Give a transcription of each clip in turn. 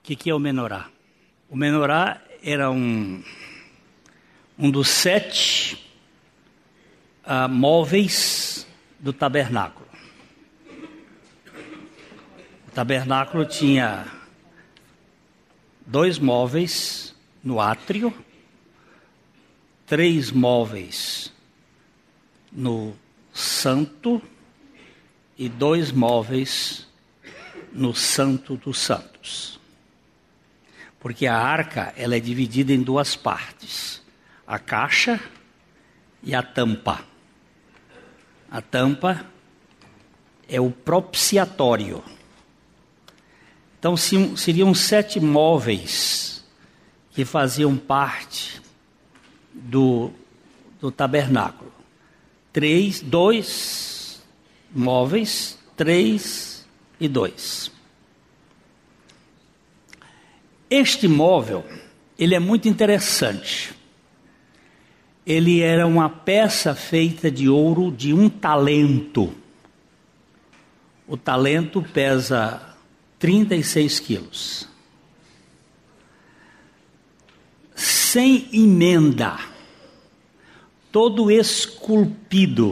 que é o menorá? O menorá era um dos 7 móveis do tabernáculo. O tabernáculo tinha 2 móveis no átrio, 3 móveis no santo e 2 móveis no Santo dos Santos. Porque a arca, ela é dividida em 2 partes: a caixa e a tampa. A tampa é o propiciatório. Então seriam 7 móveis que faziam parte do tabernáculo. 2 móveis, 3 e 2. Este móvel, ele é muito interessante. Ele era uma peça feita de ouro de 1 talento. O talento pesa 36 quilos. Sem emenda. Todo esculpido.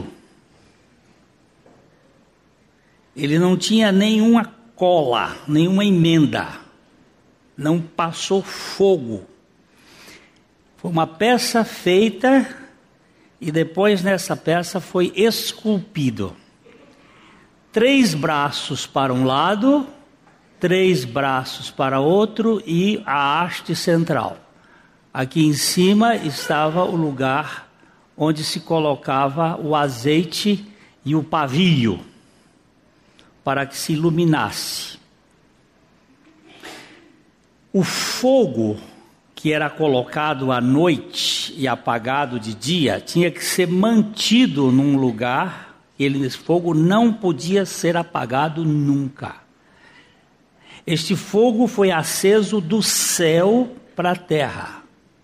Ele não tinha nenhuma cola, nenhuma emenda. Não passou fogo. Foi uma peça feita e depois nessa peça foi esculpido. 3 braços para um lado, 3 braços para outro e a haste central. Aqui em cima estava o lugar onde se colocava o azeite e o pavio para que se iluminasse. O fogo que era colocado à noite e apagado de dia, tinha que ser mantido num lugar, esse fogo não podia ser apagado nunca. Este fogo foi aceso do céu para a terra,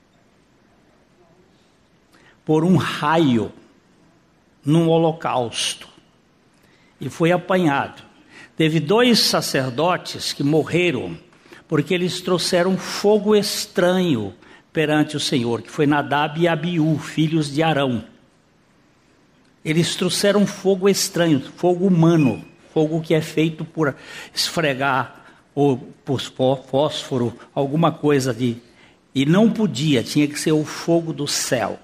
por um raio, num holocausto, e foi apanhado. Teve 2 sacerdotes que morreram, porque eles trouxeram fogo estranho perante o Senhor, que foi Nadab e Abiú, filhos de Arão. Eles trouxeram fogo estranho, fogo humano, fogo que é feito por esfregar ou por fósforo, alguma coisa de... E não podia, tinha que ser o fogo do céu.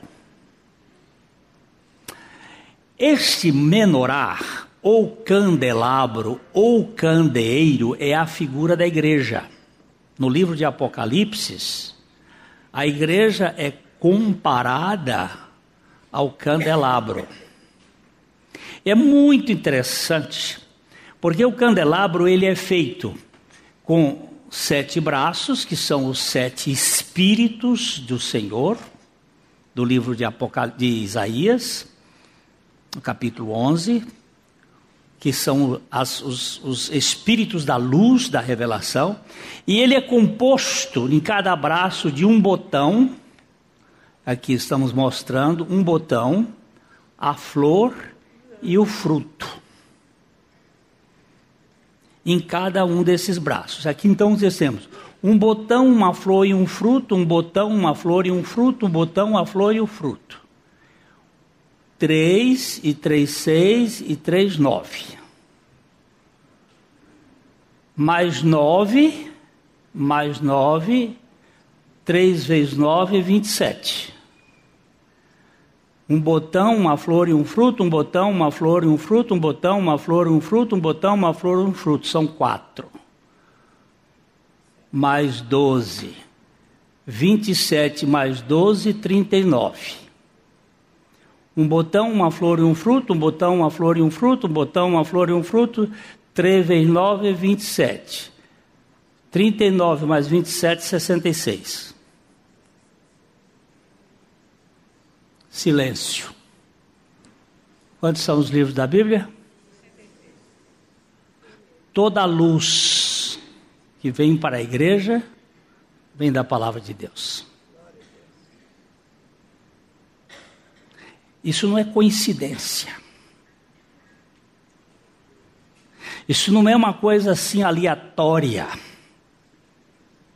Este menorá, ou candelabro, ou candeeiro, é a figura da igreja. No livro de Apocalipse, a igreja é comparada ao candelabro. É muito interessante, porque o candelabro ele é feito com 7 braços, que são os 7 espíritos do Senhor, do livro de Isaías, no capítulo 11, que são os espíritos da luz, da revelação, e ele é composto em cada braço de um botão. Aqui estamos mostrando um botão, a flor e o fruto, em cada um desses braços. Aqui então nós temos um botão, uma flor e um fruto, um botão, uma flor e um fruto, um botão, uma flor e um fruto. 3 e 3, 6 e 3, 9. Mais 9, 3 vezes 9 é 27. Um botão, uma flor e um fruto, um botão, uma flor e um fruto, um botão, uma flor e um fruto, um botão, uma flor e um fruto. São 4. Mais 12. 27 mais 12, 39. Um botão, uma flor e um fruto, um botão, uma flor e um fruto, um botão, uma flor e um fruto, 3 vezes 9 é 27. 39 mais 27, 66. Silêncio. Quantos são os livros da Bíblia? Toda a luz que vem para a igreja vem da palavra de Deus. Isso não é coincidência. Isso não é uma coisa assim aleatória.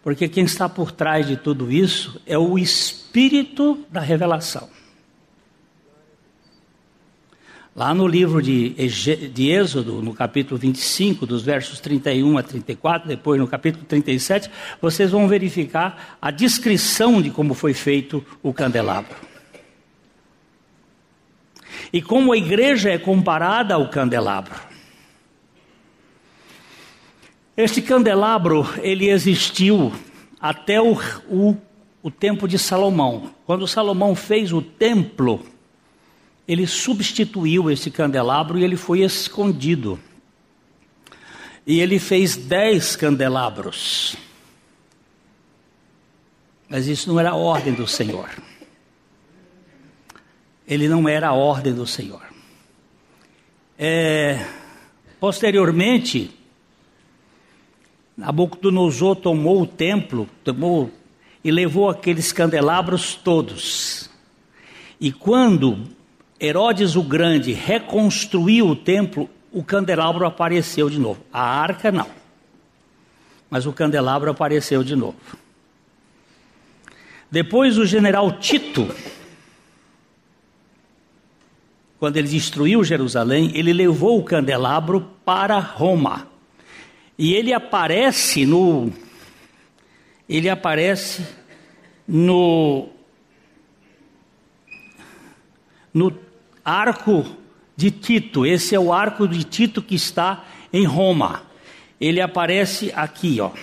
Porque quem está por trás de tudo isso é o Espírito da revelação. Lá no livro de Êxodo, no capítulo 25, dos versos 31 a 34, depois no capítulo 37, vocês vão verificar a descrição de como foi feito o candelabro. E como a igreja é comparada ao candelabro. Este candelabro, ele existiu até o tempo de Salomão. Quando Salomão fez o templo, ele substituiu esse candelabro e ele foi escondido. E ele fez 10 candelabros. Mas isso não era a ordem do Senhor. Ele não era a ordem do Senhor. Posteriormente, Nabucodonosor tomou o templo, e levou aqueles candelabros todos. E quando Herodes o Grande reconstruiu o templo, o candelabro apareceu de novo. A arca não, mas o candelabro apareceu de novo. Depois o general Tito, quando ele destruiu Jerusalém, ele levou o candelabro para Roma. E ele aparece no arco de Tito. Esse é o arco de Tito que está em Roma. Ele aparece aqui, ó.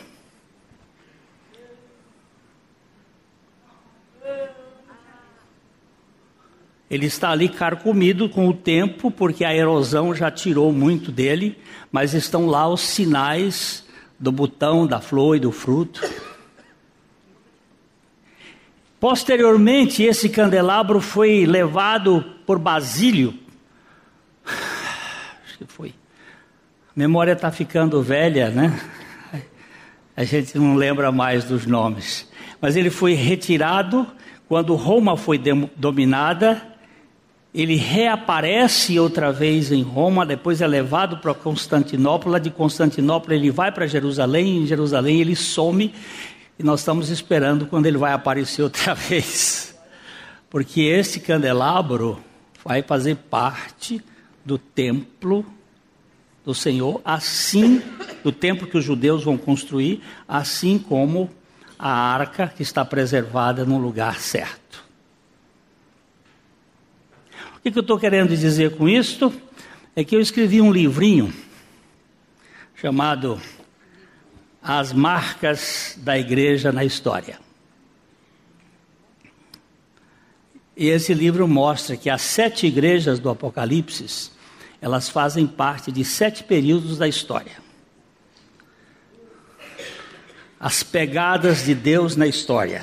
Ele está ali carcomido com o tempo, porque a erosão já tirou muito dele, mas estão lá os sinais do botão, da flor e do fruto. Posteriormente, esse candelabro foi levado por Basílio. Acho que foi. A memória está ficando velha, né? A gente não lembra mais dos nomes. Mas ele foi retirado quando Roma foi dominada. Ele reaparece outra vez em Roma, depois é levado para Constantinopla. De Constantinopla ele vai para Jerusalém, em Jerusalém ele some. E nós estamos esperando quando ele vai aparecer outra vez. Porque esse candelabro vai fazer parte do templo do Senhor, assim, do templo que os judeus vão construir, assim como a arca que está preservada no lugar certo. O que eu estou querendo dizer com isto? É que eu escrevi um livrinho chamado As Marcas da Igreja na História. E esse livro mostra que as 7 igrejas do Apocalipse, elas fazem parte de 7 períodos da história. As pegadas de Deus na história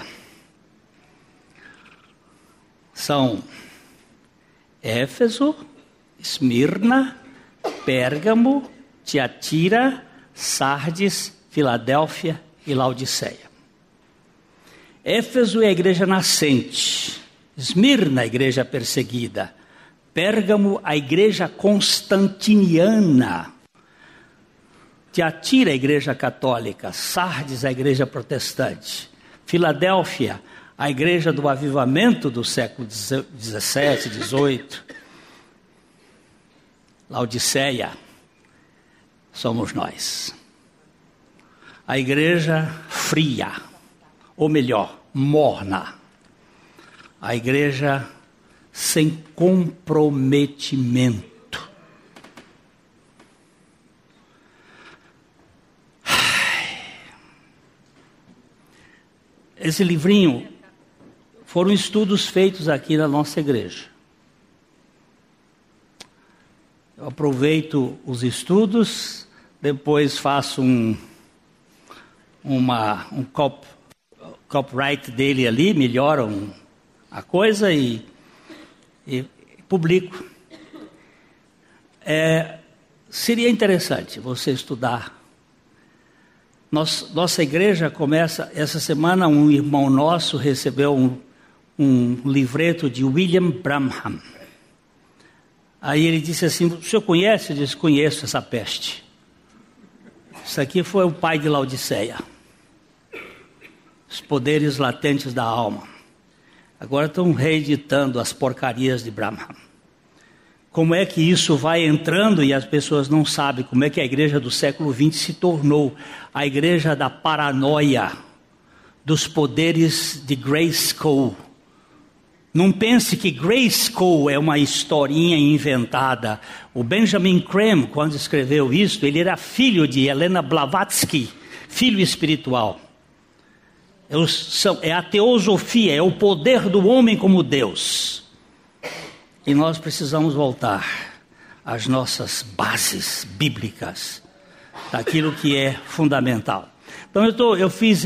são Éfeso, Esmirna, Pérgamo, Tiatira, Sardes, Filadélfia e Laodiceia. Éfeso é a igreja nascente, Esmirna, a igreja perseguida, Pérgamo, a igreja constantiniana, Tiatira, a igreja católica, Sardes, a igreja protestante, Filadélfia, a igreja do avivamento do século 17, 18, Laodiceia, somos nós. A igreja fria, ou melhor, morna. A igreja sem comprometimento. Esse livrinho foram estudos feitos aqui na nossa igreja. Eu aproveito os estudos, depois faço um copyright dele ali, melhoram a coisa e publico. Seria interessante você estudar. Nossa igreja começa, essa semana um irmão nosso recebeu um livreto de William Branham. Aí ele disse assim: o senhor conhece? Eu disse: conheço essa peste. Isso aqui foi o pai de Laodiceia. os poderes latentes da alma. Agora estão reeditando as porcarias de Branham. Como é que isso vai entrando e as pessoas não sabem como é que a igreja do século XX se tornou a igreja da paranoia, dos poderes de Grayskull. Não pense que Grayskull é uma historinha inventada. O Benjamin Creme, quando escreveu isso, ele era filho de Helena Blavatsky, filho espiritual. É a teosofia, é o poder do homem como Deus. E nós precisamos voltar às nossas bases bíblicas, daquilo que é fundamental. Então eu fiz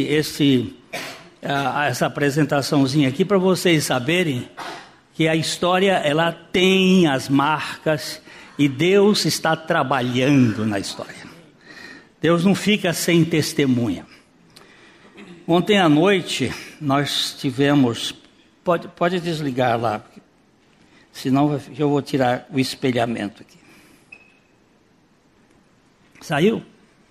essa apresentaçãozinha aqui para vocês saberem que a história ela tem as marcas e Deus está trabalhando na história. Deus não fica sem testemunha. Ontem à noite nós tivemos, pode desligar lá, senão eu vou tirar o espelhamento aqui. Saiu?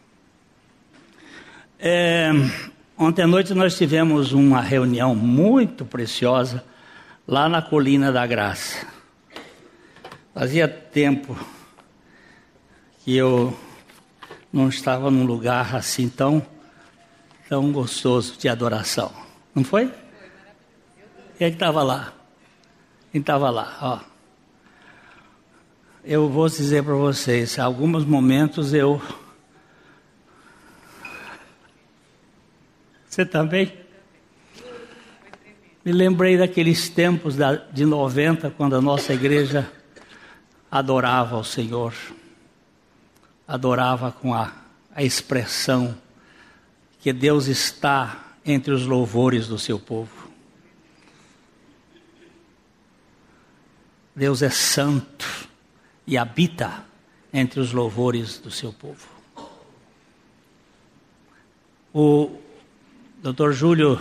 Ontem à noite nós tivemos uma reunião muito preciosa lá na Colina da Graça. Fazia tempo que eu não estava num lugar assim tão gostoso de adoração. Não foi? Quem é que estava lá? Quem estava lá? Ó. Eu vou dizer para vocês, em alguns momentos Você também? Me lembrei daqueles tempos de 90, quando a nossa igreja adorava ao Senhor. Adorava com a expressão que Deus está entre os louvores do seu povo. Deus é santo e habita entre os louvores do seu povo. O Dr. Júlio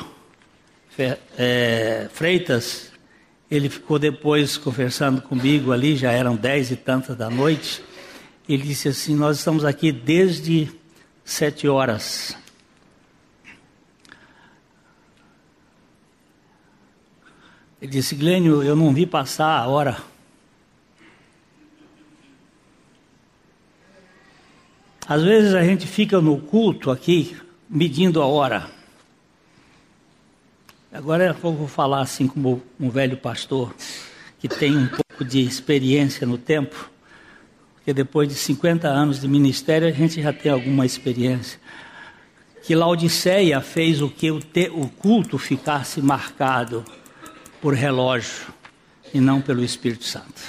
Freitas, ele ficou depois conversando comigo ali, já eram 10 e tantas da noite. Ele disse assim: nós estamos aqui desde 7 horas. Ele disse: Glênio, eu não vi passar a hora. Às vezes a gente fica no culto aqui, medindo a hora. Agora eu vou falar assim como um velho pastor, que tem um pouco de experiência no tempo, porque depois de 50 anos de ministério a gente já tem alguma experiência. Que Laodiceia fez o que o culto ficasse marcado por relógio e não pelo Espírito Santo.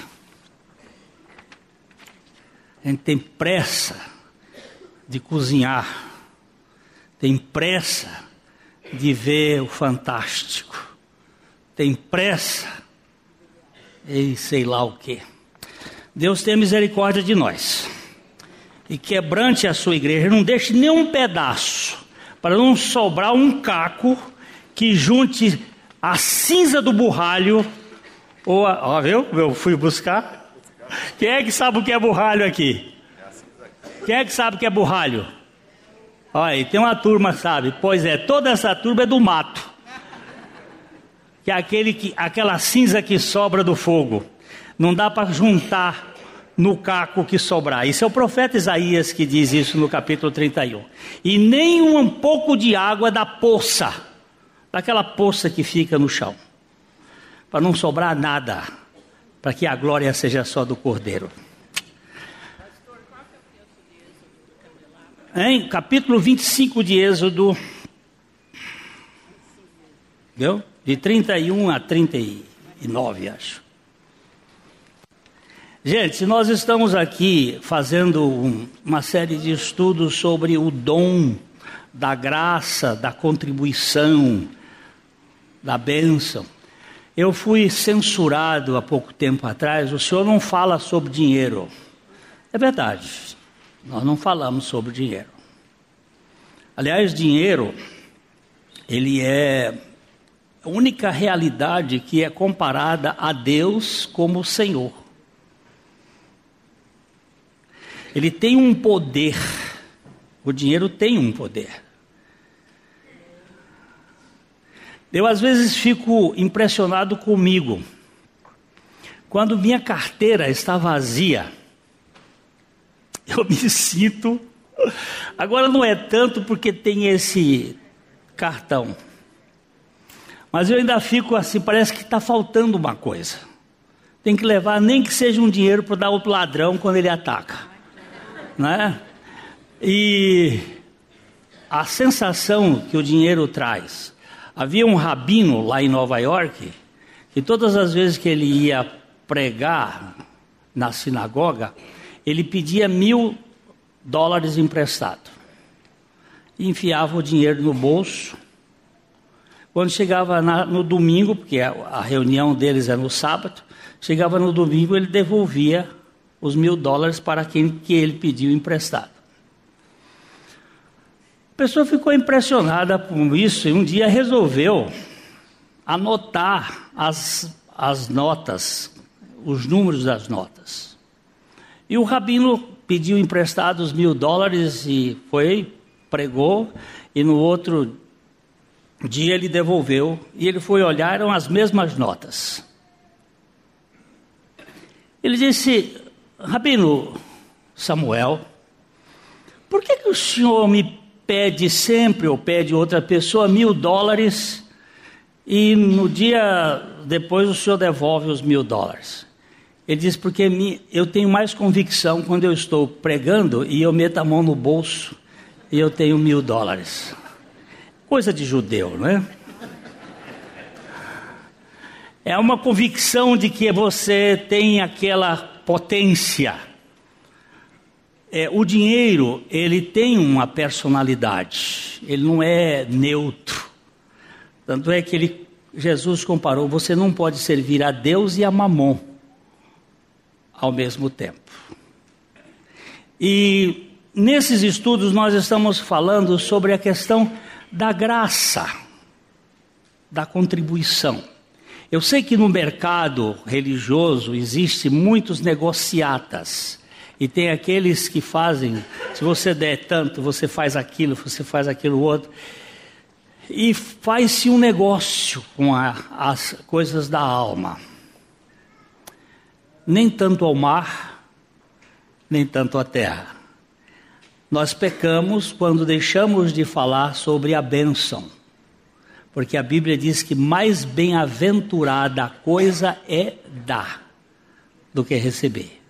A gente tem pressa de cozinhar, tem pressa de ver o fantástico, tem pressa e sei lá o que. Deus tenha misericórdia de nós e quebrante a sua igreja, não deixe nenhum pedaço, para não sobrar um caco que junte a cinza do burralho, viu? Eu fui buscar. Quem é que sabe o que é burralho aqui? Quem é que sabe o que é burralho? Olha aí, tem uma turma, sabe? Pois é, toda essa turma é do mato. Que é aquela cinza que sobra do fogo. Não dá para juntar no caco que sobrar. Isso é o profeta Isaías que diz isso no capítulo 31. E nem um pouco de água da poça, daquela poça que fica no chão, para não sobrar nada, para que a glória seja só do Cordeiro. Em capítulo 25 de Êxodo, viu? De 31 a 39, acho. Gente, nós estamos aqui fazendo uma série de estudos sobre o dom da graça, da contribuição, da bênção. Eu fui censurado há pouco tempo atrás. O senhor não fala sobre dinheiro. É verdade, nós não falamos sobre dinheiro. Aliás, dinheiro, ele é a única realidade que é comparada a Deus como Senhor. Ele tem um poder, o dinheiro tem um poder. Eu às vezes fico impressionado comigo. Quando minha carteira está vazia, eu me sinto... Agora não é tanto porque tem esse cartão. Mas eu ainda fico assim, parece que está faltando uma coisa. Tem que levar, nem que seja um dinheiro para dar outro ladrão quando ele ataca. Né? E a sensação que o dinheiro traz. Havia um rabino lá em Nova York, que todas as vezes que ele ia pregar na sinagoga, ele pedia $1.000 emprestado. E enfiava o dinheiro no bolso. Quando chegava no domingo, porque a reunião deles é no sábado, chegava no domingo, ele devolvia os $1.000 para quem que ele pediu emprestado. A pessoa ficou impressionada com isso e um dia resolveu anotar as notas, os números das notas. E o rabino pediu emprestado os $1.000 e pregou, e no outro dia ele devolveu, e ele foi olhar, eram as mesmas notas. Ele disse: Rabino Samuel, por que o senhor me pede sempre, ou pede outra pessoa, $1.000, e no dia depois o senhor devolve os $1.000? Ele disse: porque eu tenho mais convicção quando eu estou pregando e eu meto a mão no bolso e eu tenho $1.000. Coisa de judeu, não é? É uma convicção de que você tem aquela potência. O dinheiro, ele tem uma personalidade, ele não é neutro. Tanto é que Jesus comparou: você não pode servir a Deus e a Mamon ao mesmo tempo. E nesses estudos nós estamos falando sobre a questão da graça, da contribuição. Eu sei que no mercado religioso existe muitos negociatas, e tem aqueles que fazem, se você der tanto, você faz aquilo outro, e faz-se um negócio com as coisas da alma. Nem tanto ao mar, nem tanto à terra. Nós pecamos quando deixamos de falar sobre a bênção, porque a Bíblia diz que mais bem-aventurada a coisa é dar do que receber.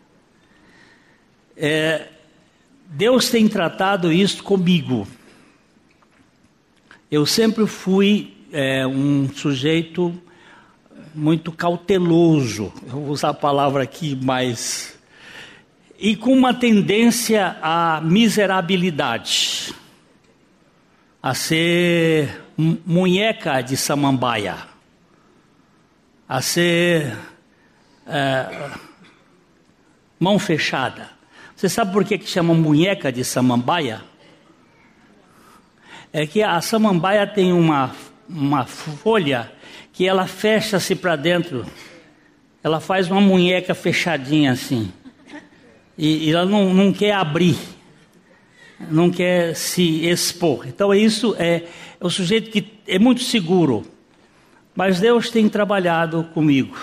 Deus tem tratado isso comigo. Eu sempre fui um sujeito muito cauteloso, eu vou usar a palavra aqui mais... E com uma tendência à miserabilidade, a ser munheca de samambaia, a ser mão fechada. Você sabe por que chama munheca de samambaia? É que a samambaia tem uma folha que ela fecha-se para dentro, ela faz uma munheca fechadinha assim. E ela não quer abrir, não quer se expor. Então isso é o sujeito que é muito seguro. Mas Deus tem trabalhado comigo.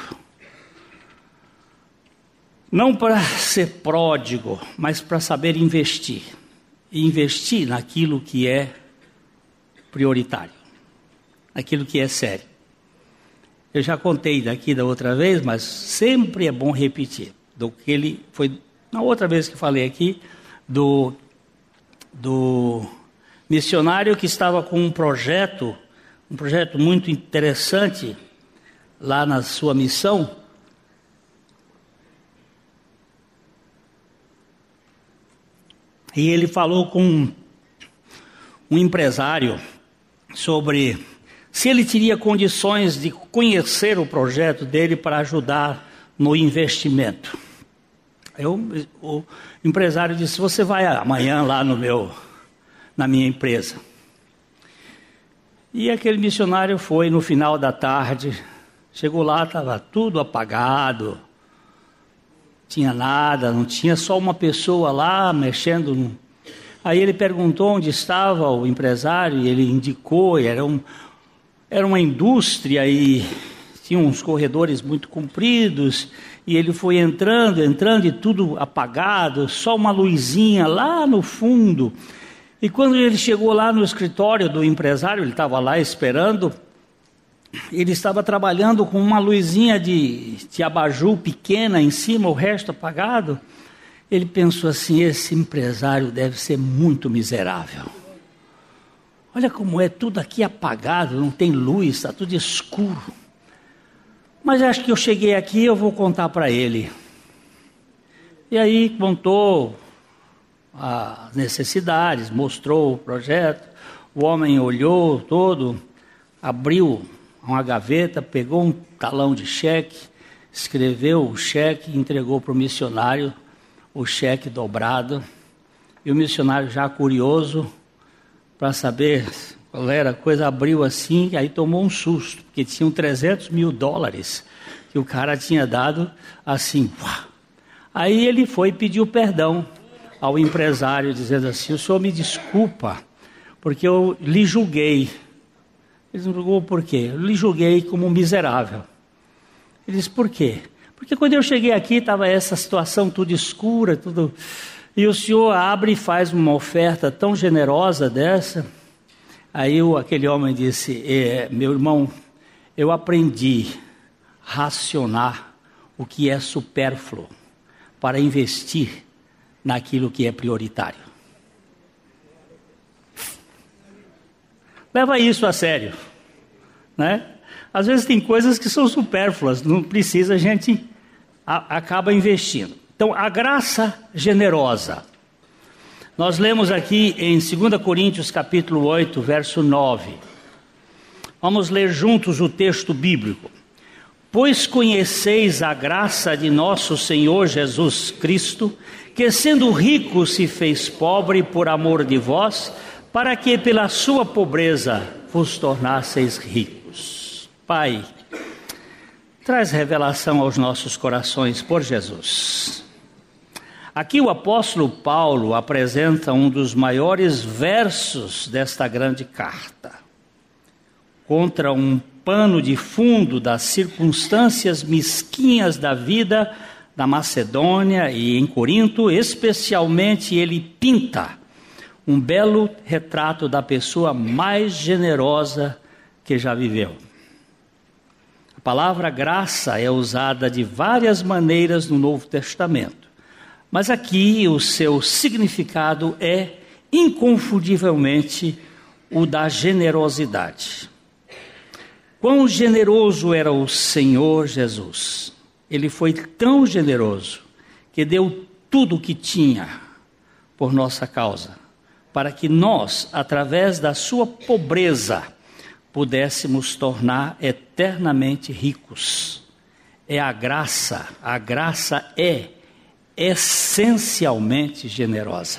Não para ser pródigo, mas para saber investir. E investir naquilo que é prioritário, naquilo que é sério. Eu já contei daqui da outra vez, mas sempre é bom repetir. Do que ele foi... Na outra vez que falei aqui, do missionário que estava com um projeto muito interessante lá na sua missão. E ele falou com um empresário sobre se ele teria condições de conhecer o projeto dele para ajudar no investimento. O empresário disse: você vai amanhã lá na minha empresa. E aquele missionário foi no final da tarde, chegou lá, estava tudo apagado, tinha nada, não tinha, só uma pessoa lá mexendo. Aí ele perguntou onde estava o empresário, e ele indicou, e era Era uma indústria e tinha uns corredores muito compridos, e ele foi entrando, e tudo apagado, só uma luzinha lá no fundo. E quando ele chegou lá no escritório do empresário, ele estava lá esperando, ele estava trabalhando com uma luzinha de abajur pequena em cima, o resto apagado. Ele pensou assim: esse empresário deve ser muito miserável. Olha como é tudo aqui apagado, não tem luz, está tudo escuro. Mas acho que eu cheguei aqui, eu vou contar para ele. E aí contou as necessidades, mostrou o projeto. O homem olhou todo, abriu uma gaveta, pegou um talão de cheque, escreveu o cheque e entregou para o missionário o cheque dobrado. E o missionário, já curioso para saber qual era a coisa, abriu assim, aí tomou um susto, porque tinham $300 mil que o cara tinha dado assim. Aí ele foi e pediu perdão ao empresário, dizendo assim: o senhor me desculpa, porque eu lhe julguei. Ele não julgou por quê? Eu lhe julguei como um miserável. Ele disse: por quê? Porque quando eu cheguei aqui estava essa situação tudo escura, tudo... E o senhor abre e faz uma oferta tão generosa dessa. Aí aquele homem disse: meu irmão, eu aprendi a racionar o que é supérfluo para investir naquilo que é prioritário. Leva isso a sério, né? Às vezes tem coisas que são supérfluas, não precisa, a gente acaba investindo. Então, a graça generosa. Nós lemos aqui em 2 Coríntios capítulo 8, verso 9. Vamos ler juntos o texto bíblico. Pois conheceis a graça de nosso Senhor Jesus Cristo, que sendo rico se fez pobre por amor de vós, para que pela sua pobreza vos tornasseis ricos. Pai, traz revelação aos nossos corações por Jesus. Aqui o apóstolo Paulo apresenta um dos maiores versos desta grande carta. Contra um pano de fundo das circunstâncias mesquinhas da vida da Macedônia e em Corinto, especialmente ele pinta um belo retrato da pessoa mais generosa que já viveu. A palavra graça é usada de várias maneiras no Novo Testamento, mas aqui o seu significado é inconfundivelmente o da generosidade. Quão generoso era o Senhor Jesus! Ele foi tão generoso que deu tudo o que tinha por nossa causa, para que nós, através da sua pobreza, pudéssemos tornar eternamente ricos. É a graça é essencialmente generosa.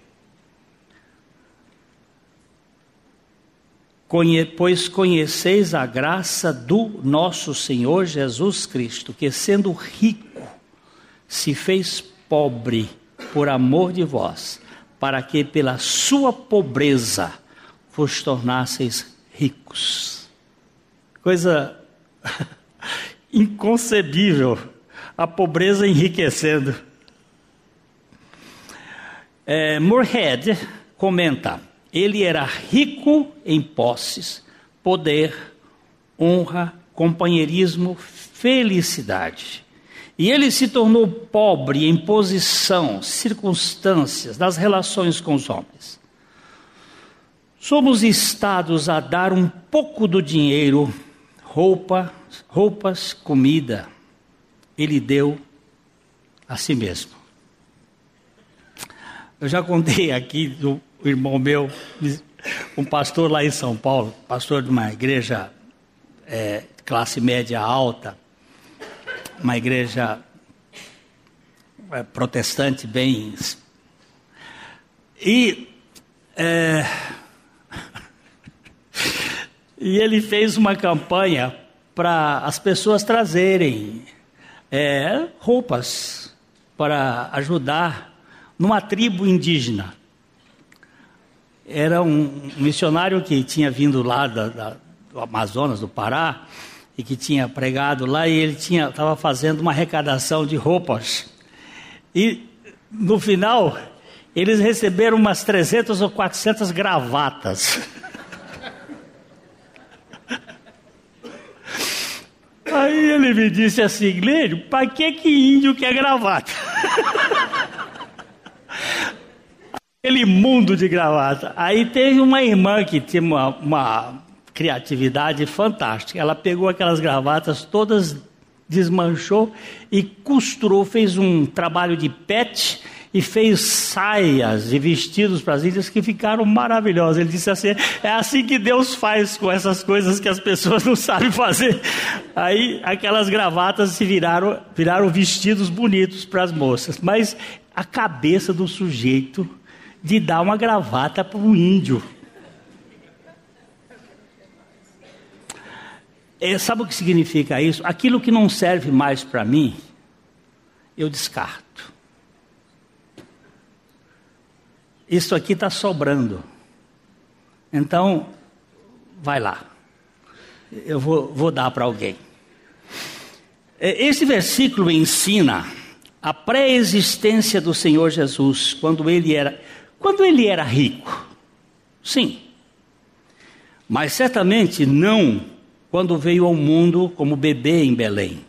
Pois conheceis a graça do nosso Senhor Jesus Cristo, que sendo rico, se fez pobre por amor de vós, para que pela sua pobreza vos tornasseis ricos. Coisa inconcebível, a pobreza enriquecendo. Moorhead comenta: ele era rico em posses, poder, honra, companheirismo, felicidade. E ele se tornou pobre em posição, circunstâncias, nas relações com os homens. Somos instados a dar um pouco do dinheiro, roupas, comida. Ele deu a si mesmo. Eu já contei aqui do irmão meu, um pastor lá em São Paulo, pastor de uma igreja classe média alta, uma igreja protestante bem... E ele fez uma campanha para as pessoas trazerem roupas para ajudar numa tribo indígena. Era um missionário que tinha vindo lá do Amazonas, do Pará, e que tinha pregado lá, e ele estava fazendo uma arrecadação de roupas. E no final, eles receberam umas 300 ou 400 gravatas. Aí ele me disse assim: Glênio, para que índio quer gravata? Aquele mundo de gravata. Aí teve uma irmã que tinha uma criatividade fantástica. Ela pegou aquelas gravatas todas, desmanchou e costurou, fez um trabalho de pet e fez saias e vestidos para as índias que ficaram maravilhosos. Ele disse assim: é assim que Deus faz com essas coisas que as pessoas não sabem fazer. Aí aquelas gravatas se viraram vestidos bonitos para as moças. Mas a cabeça do sujeito de dar uma gravata para um índio. Sabe o que significa isso? Aquilo que não serve mais para mim, eu descarto. Isso aqui está sobrando. Então, vai lá. Eu vou dar para alguém. Esse versículo ensina a pré-existência do Senhor Jesus quando ele era rico. Sim. Mas certamente não quando veio ao mundo como bebê em Belém.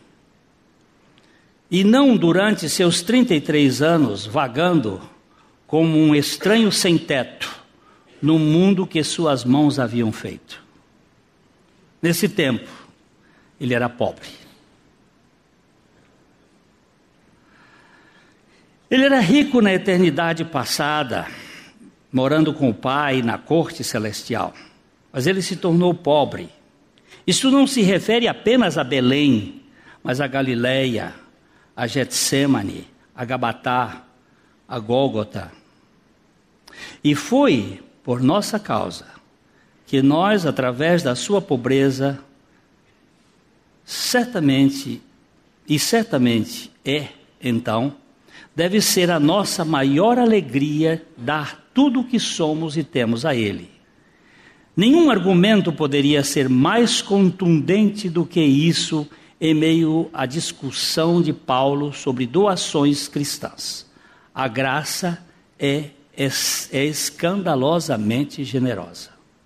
E não durante seus 33 anos vagando como um estranho sem teto, no mundo que suas mãos haviam feito. Nesse tempo, ele era pobre. Ele era rico na eternidade passada, morando com o Pai na corte celestial. Mas ele se tornou pobre. Isso não se refere apenas a Belém, mas a Galileia, a Getsêmani, a Gabatá, a Gólgota. E foi por nossa causa que nós, através da sua pobreza, certamente então, deve ser a nossa maior alegria dar tudo o que somos e temos a Ele. Nenhum argumento poderia ser mais contundente do que isso em meio à discussão de Paulo sobre doações cristãs. A graça é escandalosamente generosa.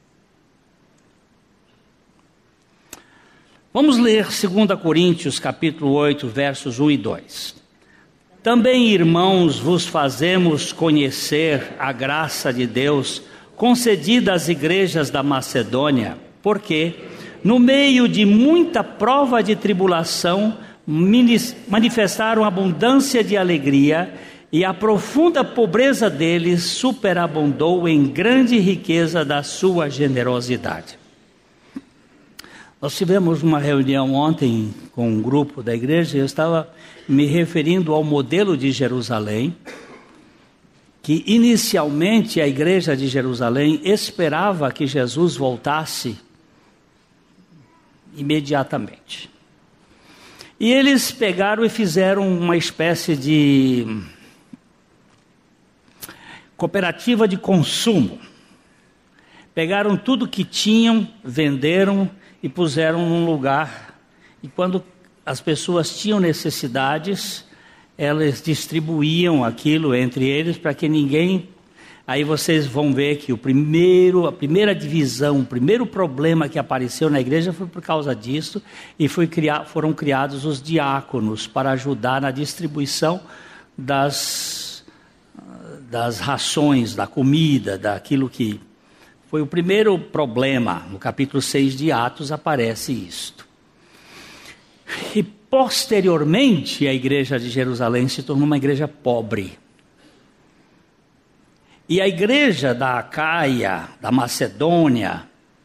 Vamos ler 2 Coríntios capítulo 8, versos 1 e 2. Também, irmãos, vos fazemos conhecer a graça de Deus concedida às igrejas da Macedônia, porque, no meio de muita prova de tribulação, manifestaram abundância de alegria, e a profunda pobreza deles superabundou em grande riqueza da sua generosidade. Nós tivemos uma reunião ontem com um grupo da igreja, e eu estava me referindo ao modelo de Jerusalém, que inicialmente a igreja de Jerusalém esperava que Jesus voltasse imediatamente. E eles pegaram e fizeram uma espécie de cooperativa de consumo. Pegaram tudo que tinham, venderam e puseram num lugar. E quando as pessoas tinham necessidades, elas distribuíam aquilo entre eles para que ninguém... Aí vocês vão ver que a primeira divisão, o primeiro problema que apareceu na igreja foi por causa disso, e foram criados os diáconos para ajudar na distribuição das rações, da comida, daquilo que... Foi o primeiro problema. No capítulo 6 de Atos aparece isto. E posteriormente a igreja de Jerusalém se tornou uma igreja pobre. E a igreja da Acaia, da Macedônia,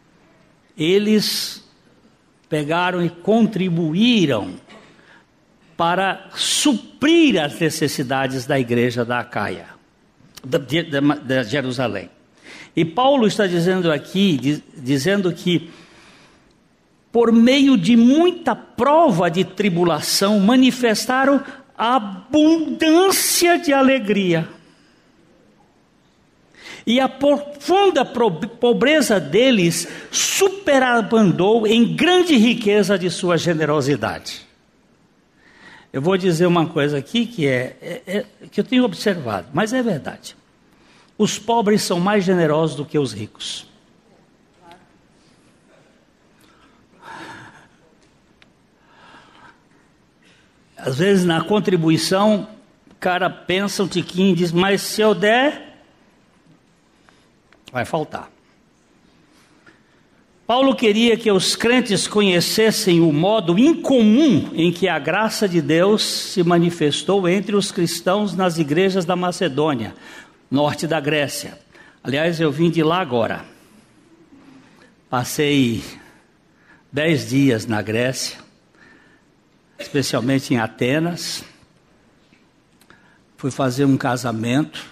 eles pegaram e contribuíram para suprir as necessidades da igreja da Acaia, de Jerusalém. E Paulo está dizendo aqui, dizendo que por meio de muita prova de tribulação, manifestaram abundância de alegria. e a profunda pobreza deles superabundou em grande riqueza de sua generosidade. Eu vou dizer uma coisa aqui que que eu tenho observado, mas é verdade. Os pobres são mais generosos do que os ricos. Às vezes na contribuição, o cara pensa um tiquinho e diz, mas se eu der, vai faltar. Paulo queria que os crentes conhecessem o modo incomum em que a graça de Deus se manifestou entre os cristãos nas igrejas da Macedônia, norte da Grécia. Aliás, eu vim de lá agora. Passei 10 dias na Grécia, especialmente em Atenas. Fui fazer um casamento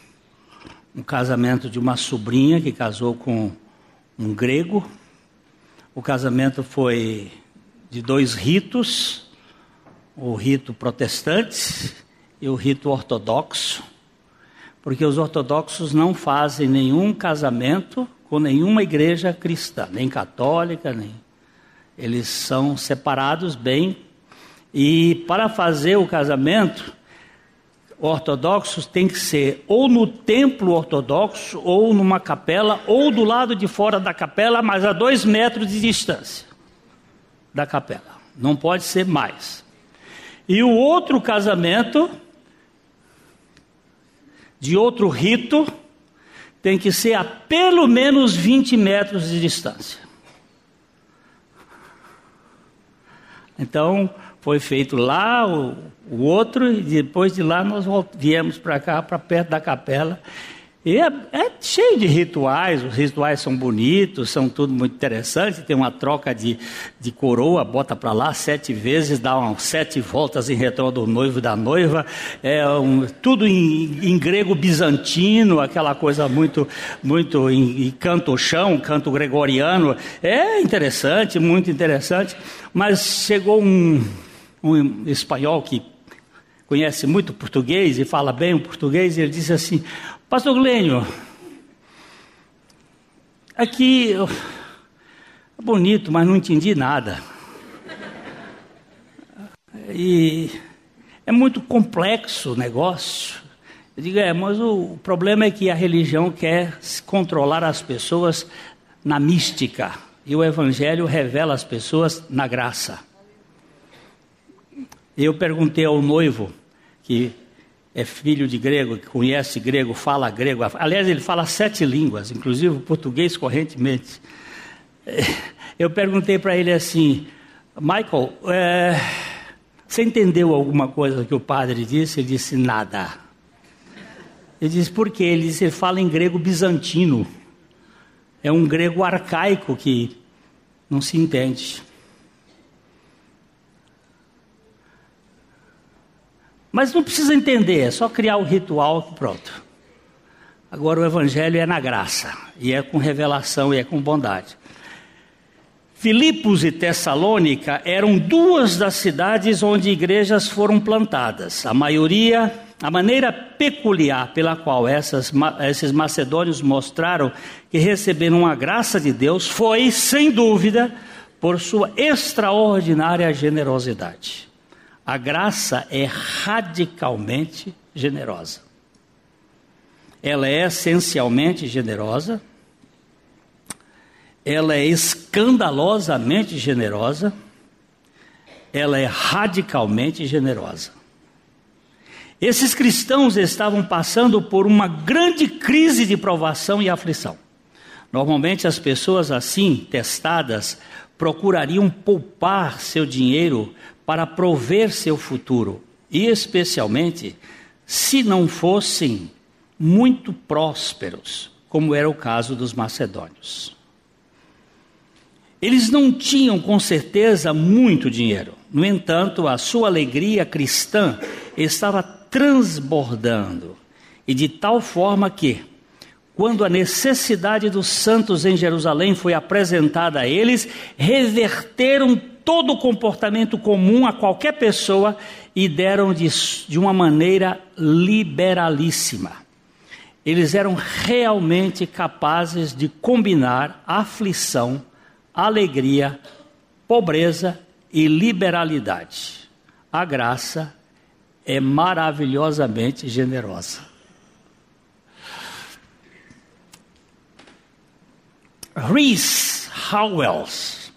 de uma sobrinha que casou com um grego. O casamento foi de 2 ritos, o rito protestante e o rito ortodoxo, porque os ortodoxos não fazem nenhum casamento com nenhuma igreja cristã, nem católica, eles são separados bem. E para fazer o casamento, ortodoxos tem que ser ou no templo ortodoxo, ou numa capela, ou do lado de fora da capela, mas a 2 metros de distância da capela. Não pode ser mais. E o outro casamento, de outro rito, tem que ser a pelo menos 20 metros de distância. Então, foi feito lá o outro, e depois de lá nós viemos para cá, para perto da capela. E é cheio de rituais, os rituais são bonitos, são tudo muito interessante. Tem uma troca de coroa, bota para lá 7 vezes, dá 7 voltas em retorno do noivo e da noiva. Tudo em grego bizantino, aquela coisa muito em canto-chão, canto gregoriano. É interessante, muito interessante. Mas chegou um espanhol que conhece muito português e fala bem o português, e ele disse assim: Pastor Glênio, aqui é bonito, mas não entendi nada. E é muito complexo o negócio. Eu digo, mas o problema é que a religião quer controlar as pessoas na mística, e o Evangelho revela as pessoas na graça. Eu perguntei ao noivo, que é filho de grego, que conhece grego, fala grego. Aliás, ele fala 7 línguas, inclusive o português correntemente. Eu perguntei para ele assim: Michael, você entendeu alguma coisa que o padre disse? Ele disse: nada. Ele disse: por quê? Ele disse: ele fala em grego bizantino. É um grego arcaico que não se entende. Mas não precisa entender, é só criar o ritual e pronto. Agora o Evangelho é na graça, e é com revelação, e é com bondade. Filipos e Tessalônica eram 2 das cidades onde igrejas foram plantadas. A maneira peculiar pela qual esses macedônios mostraram que receberam a graça de Deus foi, sem dúvida, por sua extraordinária generosidade. A graça é radicalmente generosa. Ela é essencialmente generosa. Ela é escandalosamente generosa. Ela é radicalmente generosa. Esses cristãos estavam passando por uma grande crise de provação e aflição. Normalmente as pessoas assim, testadas, procurariam poupar seu dinheiro para prover seu futuro, e especialmente se não fossem muito prósperos, como era o caso dos macedônios. Eles não tinham com certeza muito dinheiro, no entanto a sua alegria cristã estava transbordando, e de tal forma que, quando a necessidade dos santos em Jerusalém foi apresentada a eles, reverteram todo o comportamento comum a qualquer pessoa e deram de uma maneira liberalíssima. eles eram realmente capazes de combinar aflição, alegria, pobreza e liberalidade. A graça é maravilhosamente generosa. Rees Howells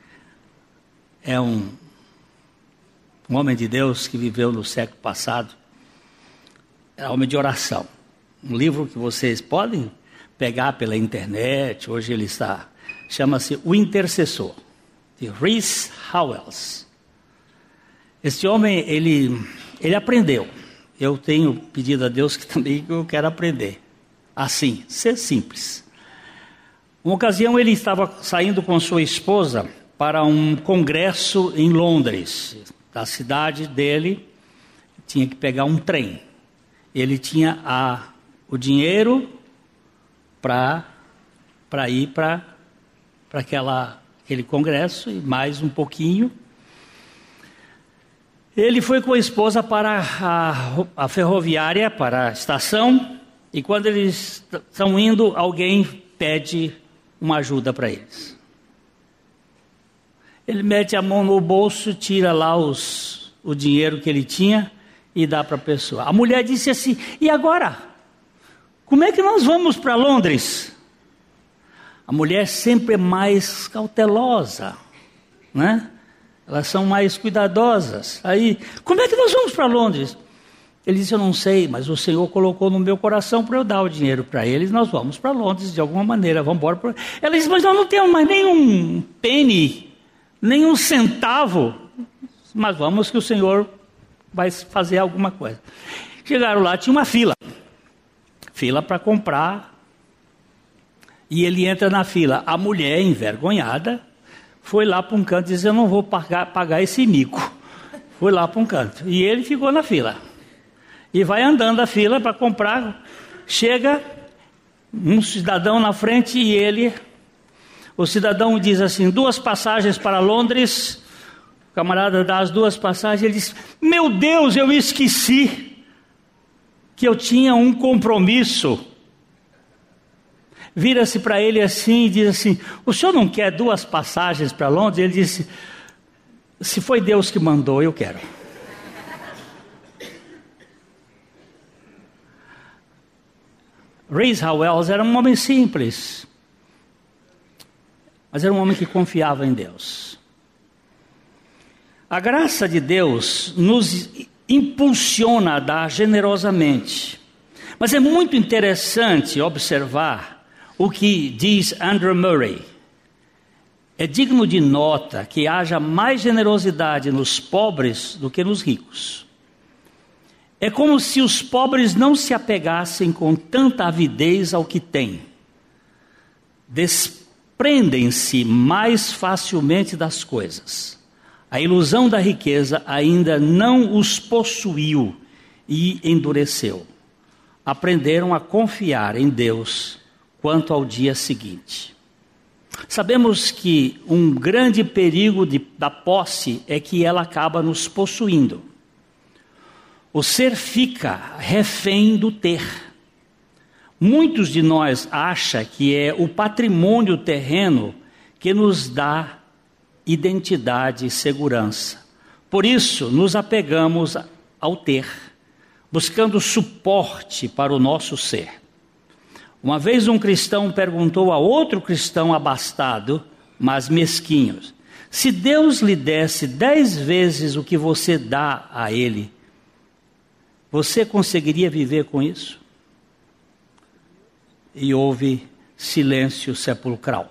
é um homem de Deus que viveu no século passado. É homem de oração. Um livro que vocês podem pegar pela internet, hoje ele está, chama-se O Intercessor, de Rees Howells. Este homem, ele aprendeu. Eu tenho pedido a Deus que também eu quero aprender. Assim, ser simples. Uma ocasião ele estava saindo com sua esposa para um congresso em Londres. Da cidade dele, tinha que pegar um trem. Ele tinha o dinheiro para ir para aquele congresso e mais um pouquinho. Ele foi com a esposa para a ferroviária, para a estação, e quando eles estão indo, alguém pede uma ajuda para eles. Ele mete a mão no bolso, tira lá o dinheiro que ele tinha e dá para a pessoa. A mulher disse assim: e agora? Como é que nós vamos para Londres? A mulher sempre é mais cautelosa, né? Elas são mais cuidadosas. Aí, como é que nós vamos para Londres? Ele disse: eu não sei, mas o Senhor colocou no meu coração para eu dar o dinheiro para eles. Nós vamos para Londres de alguma maneira, vamos embora. Ela disse: mas nós não temos mais nenhum penny, nenhum centavo, mas vamos que o Senhor vai fazer alguma coisa. Chegaram lá, tinha uma fila para comprar, e ele entra na fila. A mulher, envergonhada, foi lá para um canto e disse: eu não vou pagar esse mico. Foi lá para um canto, e ele ficou na fila, e vai andando a fila para comprar. Chega um cidadão na frente e o cidadão diz assim: 2 passagens para Londres. O camarada dá as 2 passagens. Ele diz: meu Deus, eu esqueci que eu tinha um compromisso. Vira-se para ele assim e diz assim: o senhor não quer 2 passagens para Londres? Ele disse: se foi Deus que mandou, eu quero. Rees Howells era um homem simples, mas era um homem que confiava em Deus. A graça de Deus nos impulsiona a dar generosamente. Mas é muito interessante observar o que diz Andrew Murray. É digno de nota que haja mais generosidade nos pobres do que nos ricos. É como se os pobres não se apegassem com tanta avidez ao que têm. Desprendem-se mais facilmente das coisas. A ilusão da riqueza ainda não os possuiu e endureceu. Aprenderam a confiar em Deus quanto ao dia seguinte. Sabemos que um grande perigo da posse é que ela acaba nos possuindo. O ser fica refém do ter. Muitos de nós acham que é o patrimônio terreno que nos dá identidade e segurança. Por isso, nos apegamos ao ter, buscando suporte para o nosso ser. Uma vez um cristão perguntou a outro cristão abastado, mas mesquinho: se Deus lhe desse 10 vezes o que você dá a Ele, você conseguiria viver com isso? E houve silêncio sepulcral.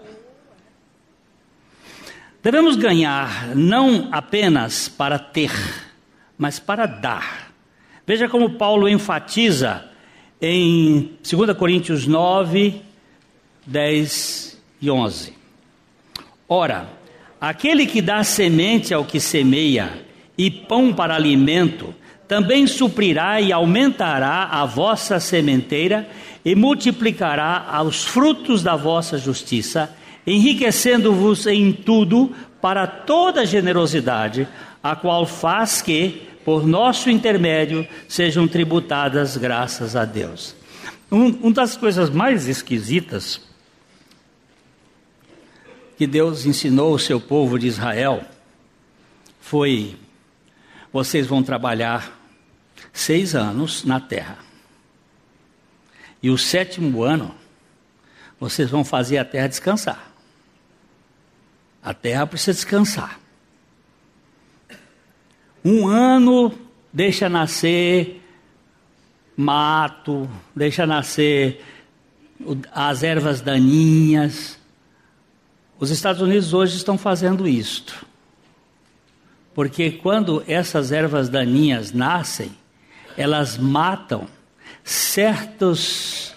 Devemos ganhar não apenas para ter, mas para dar. Veja como Paulo enfatiza em 2 Coríntios 9, 10 e 11. Ora, aquele que dá semente ao que semeia e pão para alimento, também suprirá e aumentará a vossa sementeira e multiplicará os frutos da vossa justiça, enriquecendo-vos em tudo para toda generosidade, a qual faz que, por nosso intermédio, sejam tributadas graças a Deus. Uma das coisas mais esquisitas que Deus ensinou o seu povo de Israel foi: vocês vão trabalhar 6 anos na terra, e o 7º ano vocês vão fazer a terra descansar. A terra precisa descansar. 1 ano deixa nascer mato, deixa nascer as ervas daninhas. Os Estados Unidos hoje estão fazendo isto, porque quando essas ervas daninhas nascem, elas matam certos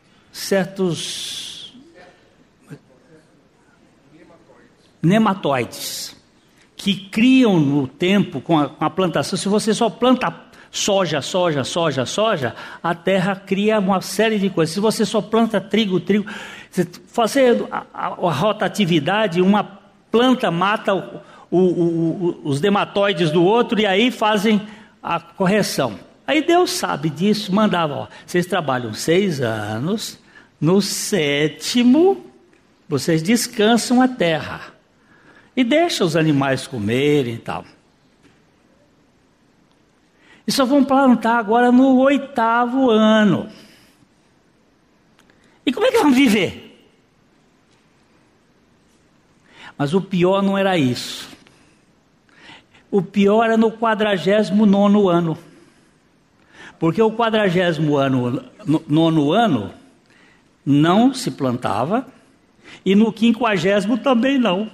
nematóides que criam no tempo com a plantação. Se você só planta soja, a terra cria uma série de coisas. Se você só planta trigo, fazendo a rotatividade, uma planta mata os nematóides do outro, e aí fazem a correção. Aí Deus sabe disso, mandava: vocês trabalham 6 anos, no 7º vocês descansam a terra e deixam os animais comerem e tal. E só vão plantar agora no 8º ano. E como é que vão viver? Mas o pior não era isso. O pior era no 49º ano. Porque o 49º ano não se plantava, e no 50º também não.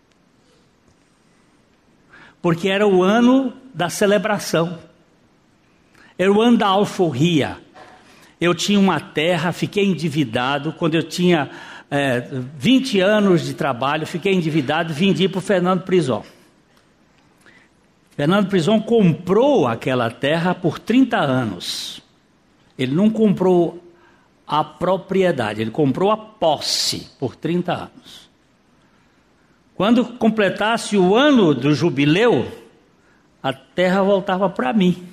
Porque era o ano da celebração. Era o ano da alforria. Eu tinha uma terra, fiquei endividado. Quando eu tinha 20 anos de trabalho, fiquei endividado e vendi para o Fernando Prison. Fernando Prison comprou aquela terra por 30 anos. Ele não comprou a propriedade, ele comprou a posse por 30 anos. Quando completasse o ano do jubileu, a terra voltava para mim.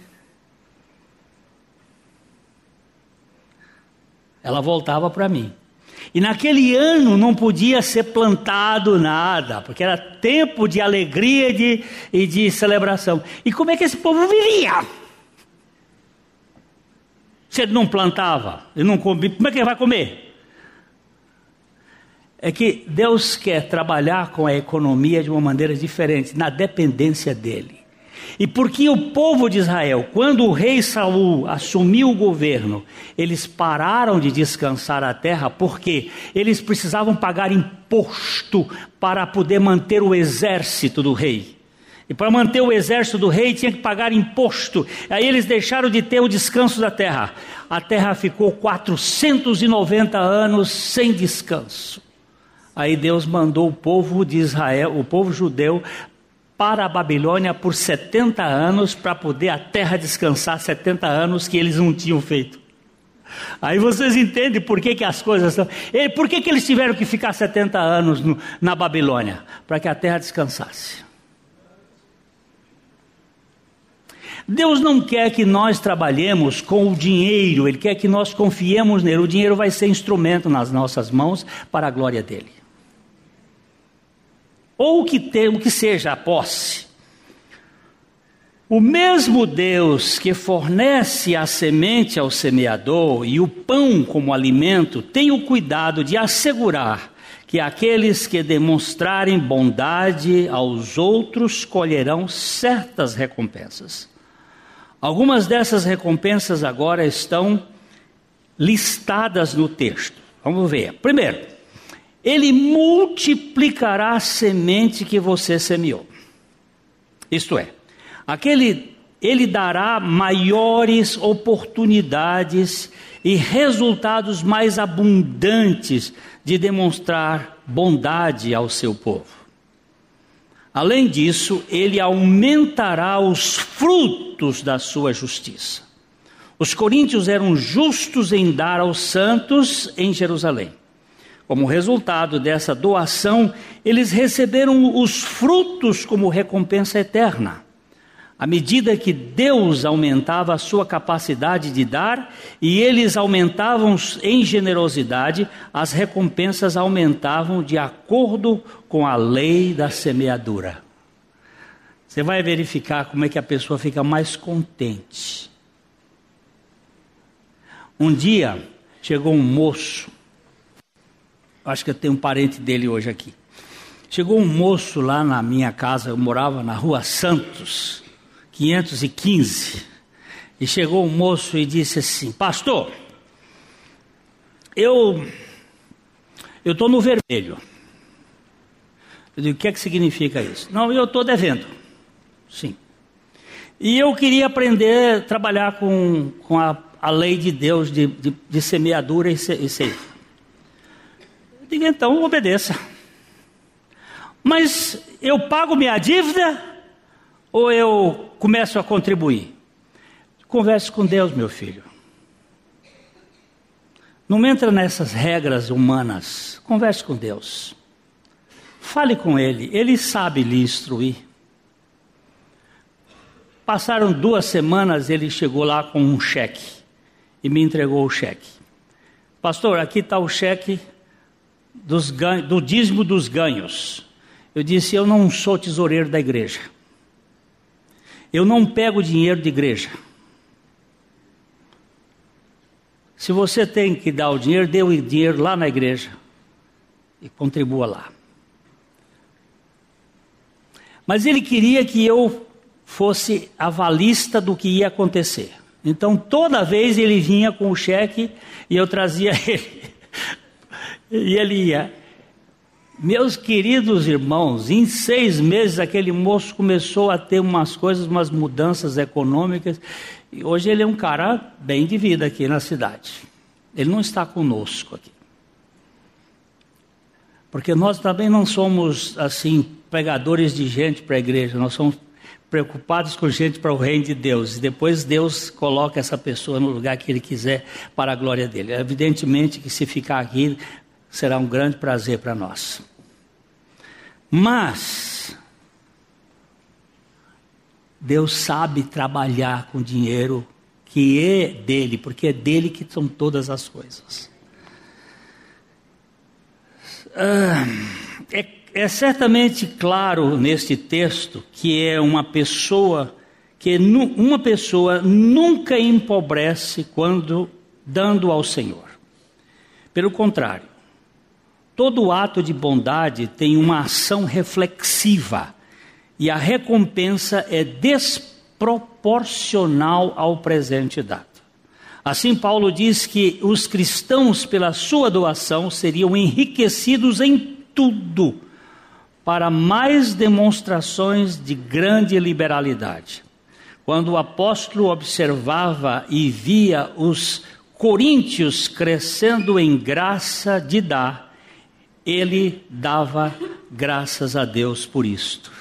Ela voltava para mim. E naquele ano não podia ser plantado nada, porque era tempo de alegria e de celebração. E como é que esse povo vivia? Se ele não plantava, ele não comia, como é que ele vai comer? É que Deus quer trabalhar com a economia de uma maneira diferente, na dependência dele. E porque o povo de Israel, quando o rei Saul assumiu o governo, eles pararam de descansar a terra, porque eles precisavam pagar imposto para poder manter o exército do rei. E para manter o exército do rei tinha que pagar imposto. Aí eles deixaram de ter o descanso da terra. A terra ficou 490 anos sem descanso. Aí Deus mandou o povo de Israel, o povo judeu, para a Babilônia por 70 anos, para poder a terra descansar 70 anos que eles não tinham feito. Aí vocês entendem por que as coisas são... Por que eles tiveram que ficar 70 anos na Babilônia? Para que a terra descansasse. Deus não quer que nós trabalhemos com o dinheiro, Ele quer que nós confiemos nele. O dinheiro vai ser instrumento nas nossas mãos para a glória dele. Ou o que seja a posse. O mesmo Deus que fornece a semente ao semeador e o pão como alimento, tem o cuidado de assegurar que aqueles que demonstrarem bondade aos outros colherão certas recompensas. Algumas dessas recompensas agora estão listadas no texto. Vamos ver. Primeiro, Ele multiplicará a semente que você semeou. Isto é, Ele dará maiores oportunidades e resultados mais abundantes de demonstrar bondade ao seu povo. Além disso, Ele aumentará os frutos da sua justiça. Os coríntios eram justos em dar aos santos em Jerusalém. Como resultado dessa doação, eles receberam os frutos como recompensa eterna. À medida que Deus aumentava a sua capacidade de dar e eles aumentavam em generosidade, as recompensas aumentavam de acordo com a lei da semeadura. Você vai verificar como é que a pessoa fica mais contente. Um dia chegou um moço, acho que eu tenho um parente dele hoje aqui. Chegou um moço lá na minha casa, eu morava na Rua Santos, 515. E chegou um moço e disse assim: pastor, eu estou no vermelho. Eu digo: o que é que significa isso? Não, eu estou devendo. Sim. E eu queria aprender a trabalhar com a lei de Deus de semeadura e ceifa. Eu digo: então obedeça. Mas eu pago minha dívida ou eu começo a contribuir? Converse com Deus, meu filho. Não entra nessas regras humanas. Converse com Deus. Fale com Ele. Ele sabe lhe instruir. Passaram 2 semanas, ele chegou lá com um cheque e me entregou o cheque. Pastor, aqui está o cheque do dízimo dos ganhos. Eu disse: eu não sou tesoureiro da igreja. Eu não pego dinheiro de igreja. Se você tem que dar o dinheiro, dê o dinheiro lá na igreja e contribua lá. Mas ele queria que eu fosse avalista do que ia acontecer. Então toda vez ele vinha com o cheque e eu trazia ele. E ele ia. Meus queridos irmãos, em 6 meses aquele moço começou a ter umas mudanças econômicas. E hoje ele é um cara bem de vida aqui na cidade. Ele não está conosco aqui. Porque nós também não somos assim, pregadores de gente para a igreja. Nós somos preocupados com gente para o reino de Deus. E depois Deus coloca essa pessoa no lugar que Ele quiser para a glória dEle. Evidentemente que se ficar aqui será um grande prazer para nós. Mas Deus sabe trabalhar com dinheiro que é dele, porque é dele que são todas as coisas. É certamente claro neste texto que uma pessoa nunca empobrece quando dando ao Senhor. Pelo contrário, todo ato de bondade tem uma ação reflexiva e a recompensa é desproporcional ao presente dado. Assim, Paulo diz que os cristãos, pela sua doação, seriam enriquecidos em tudo, para mais demonstrações de grande liberalidade. Quando o apóstolo observava e via os coríntios crescendo em graça de dar, ele dava graças a Deus por isto.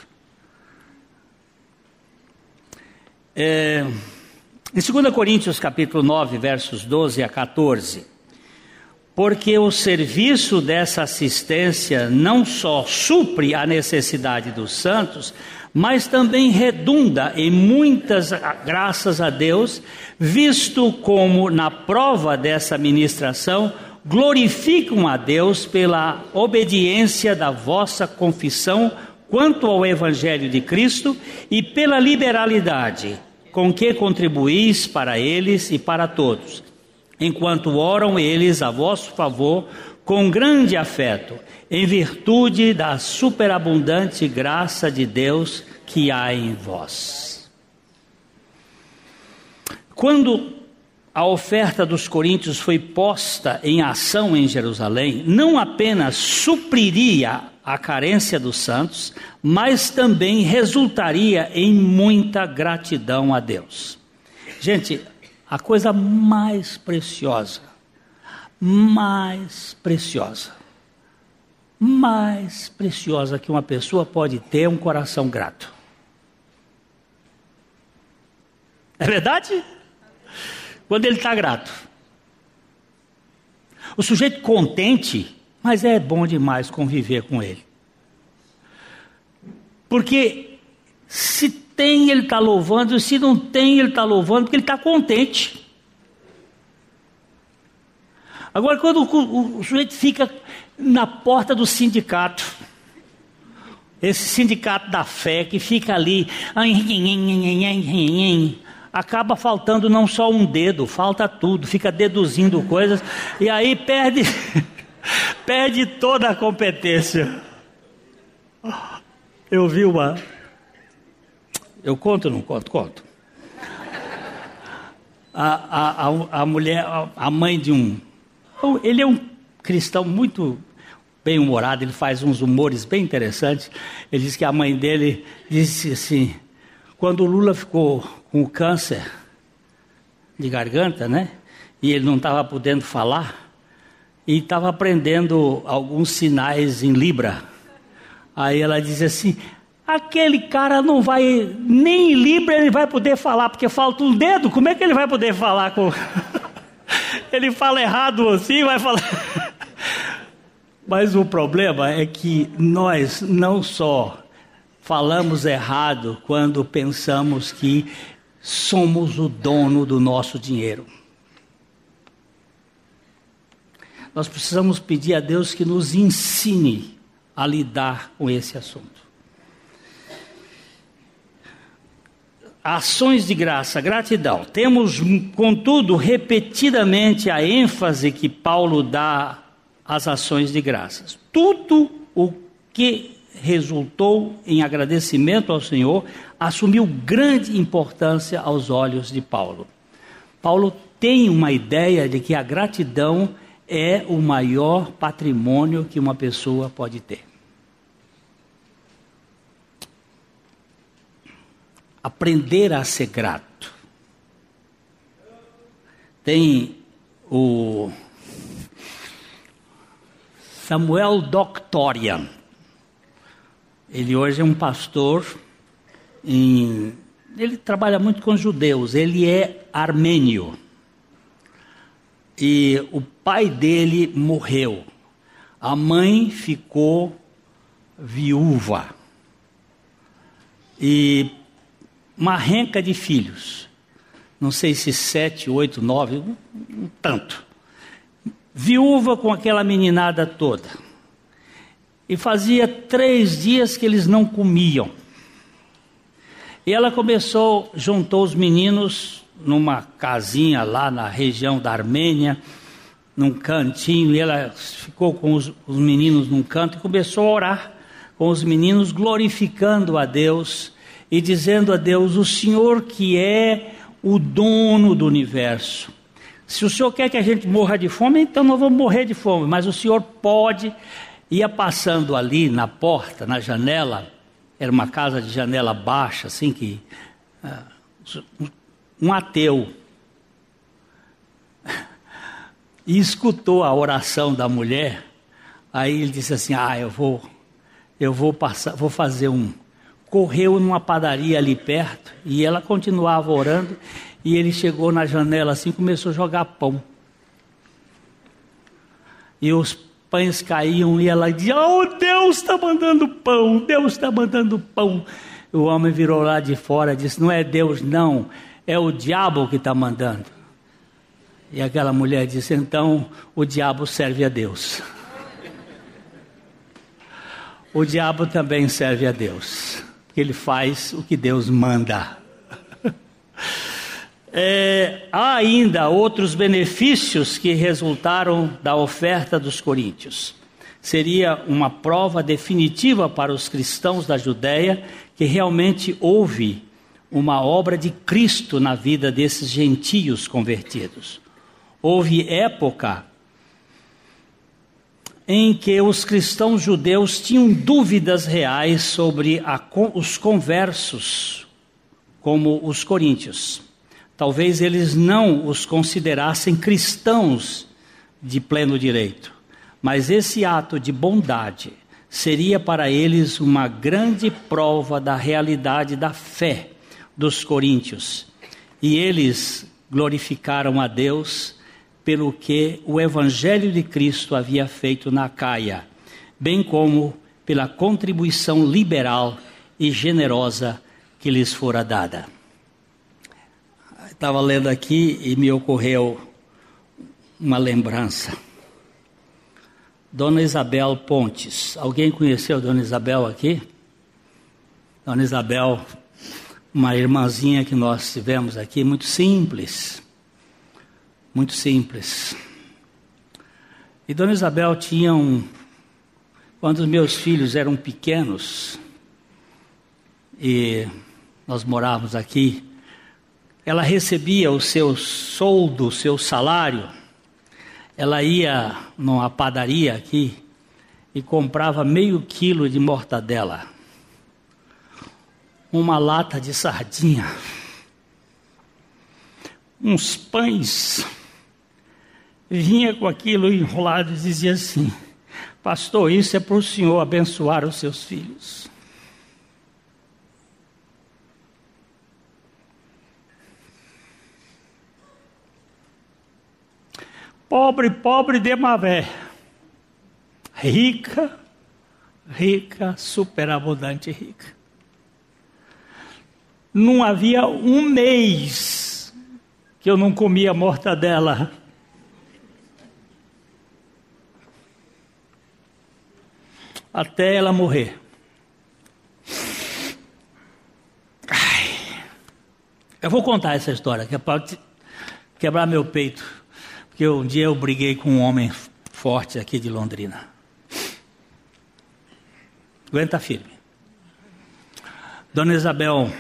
Em 2 Coríntios capítulo 9, versos 12 a 14, porque o serviço dessa assistência não só supre a necessidade dos santos, mas também redunda em muitas graças a Deus, visto como na prova dessa ministração glorificam a Deus pela obediência da vossa confissão quanto ao Evangelho de Cristo e pela liberalidade com que contribuís para eles e para todos, enquanto oram eles a vosso favor com grande afeto, em virtude da superabundante graça de Deus que há em vós. Quando a oferta dos coríntios foi posta em ação em Jerusalém, não apenas supriria a carência dos santos, mas também resultaria em muita gratidão a Deus. Gente, a coisa mais preciosa que uma pessoa pode ter é um coração grato. É verdade? Quando ele está grato. O sujeito contente, mas é bom demais conviver com ele. Porque se tem, ele está louvando, e se não tem, ele está louvando, porque ele está contente. Agora, quando o sujeito fica na porta do sindicato, esse sindicato da fé que fica ali, acaba faltando não só um dedo, falta tudo, fica deduzindo coisas, e aí perde toda a competência. Eu vi eu conto ou não conto? Conto. A mulher, a mãe de ele é um cristão muito bem-humorado, ele faz uns humores bem interessantes. Ele diz que a mãe dele disse assim, quando o Lula ficou com câncer de garganta, né? E ele não estava podendo falar, e estava aprendendo alguns sinais em Libra. Aí ela diz assim, aquele cara não vai, nem em Libra ele vai poder falar, porque falta um dedo, como é que ele vai poder falar com... Ele fala errado assim, vai falar... Mas o problema é que nós não só falamos errado quando pensamos que somos o dono do nosso dinheiro. Nós precisamos pedir a Deus que nos ensine a lidar com esse assunto. Ações de graça, gratidão. Temos, contudo, repetidamente a ênfase que Paulo dá às ações de graças. Tudo o que resultou em agradecimento ao Senhor assumiu grande importância aos olhos de Paulo. Paulo tem uma ideia de que a gratidão é o maior patrimônio que uma pessoa pode ter. Aprender a ser grato. Tem o Samuel Doctorian. Ele hoje é um pastor, ele trabalha muito com judeus, ele é armênio. E o pai dele morreu. A mãe ficou viúva. E uma renca de filhos, não sei se 7, 8, 9, um tanto. Viúva com aquela meninada toda. E fazia 3 dias que eles não comiam. E ela juntou os meninos numa casinha lá na região da Armênia, num cantinho, e ela ficou com os meninos num canto e começou a orar com os meninos, glorificando a Deus e dizendo a Deus, o Senhor que é o dono do universo. Se o Senhor quer que a gente morra de fome, então nós vamos morrer de fome, mas o Senhor pode. Ia passando ali na porta, na janela, era uma casa de janela baixa, assim que... um ateu. E escutou a oração da mulher, aí ele disse assim, eu vou fazer correu numa padaria ali perto, e ela continuava orando, e ele chegou na janela assim, começou a jogar pão. E os pães caíam, e ela dizia, Deus está mandando pão, Deus está mandando pão. O homem virou lá de fora e disse, não é Deus não, é o diabo que está mandando. E aquela mulher disse, então o diabo serve a Deus. O diabo também serve a Deus. Ele faz o que Deus manda. Há ainda outros benefícios que resultaram da oferta dos coríntios. Seria uma prova definitiva para os cristãos da Judéia que realmente houve uma obra de Cristo na vida desses gentios convertidos. Houve época em que os cristãos judeus tinham dúvidas reais sobre os conversos, como os coríntios. Talvez eles não os considerassem cristãos de pleno direito, mas esse ato de bondade seria para eles uma grande prova da realidade da fé dos coríntios. E eles glorificaram a Deus pelo que o Evangelho de Cristo havia feito na Acaia, bem como pela contribuição liberal e generosa que lhes fora dada. Estava lendo aqui e me ocorreu uma lembrança. Dona Isabel Pontes. Alguém conheceu Dona Isabel aqui? Dona Isabel, uma irmãzinha que nós tivemos aqui, muito simples. Muito simples. E Dona Isabel tinha quando os meus filhos eram pequenos, e nós morávamos aqui, ela recebia o seu soldo, o seu salário, ela ia numa padaria aqui e comprava meio quilo de mortadela, uma lata de sardinha, uns pães, vinha com aquilo enrolado e dizia assim: pastor, isso é para o senhor abençoar os seus filhos. Pobre, pobre de Mavé, rica, rica, superabundante rica. Não havia um mês que eu não comia mortadela. Até ela morrer. Eu vou contar essa história, que é para quebrar meu peito. Porque um dia eu briguei com um homem forte aqui de Londrina. Aguenta firme. Dona Isabel,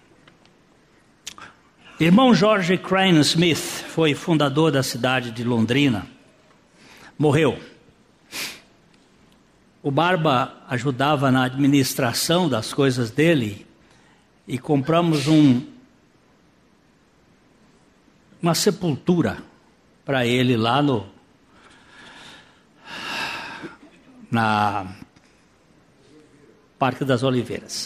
irmão George Crane Smith, foi fundador da cidade de Londrina, morreu. O Barba ajudava na administração das coisas dele e compramos uma sepultura para ele lá na Parque das Oliveiras.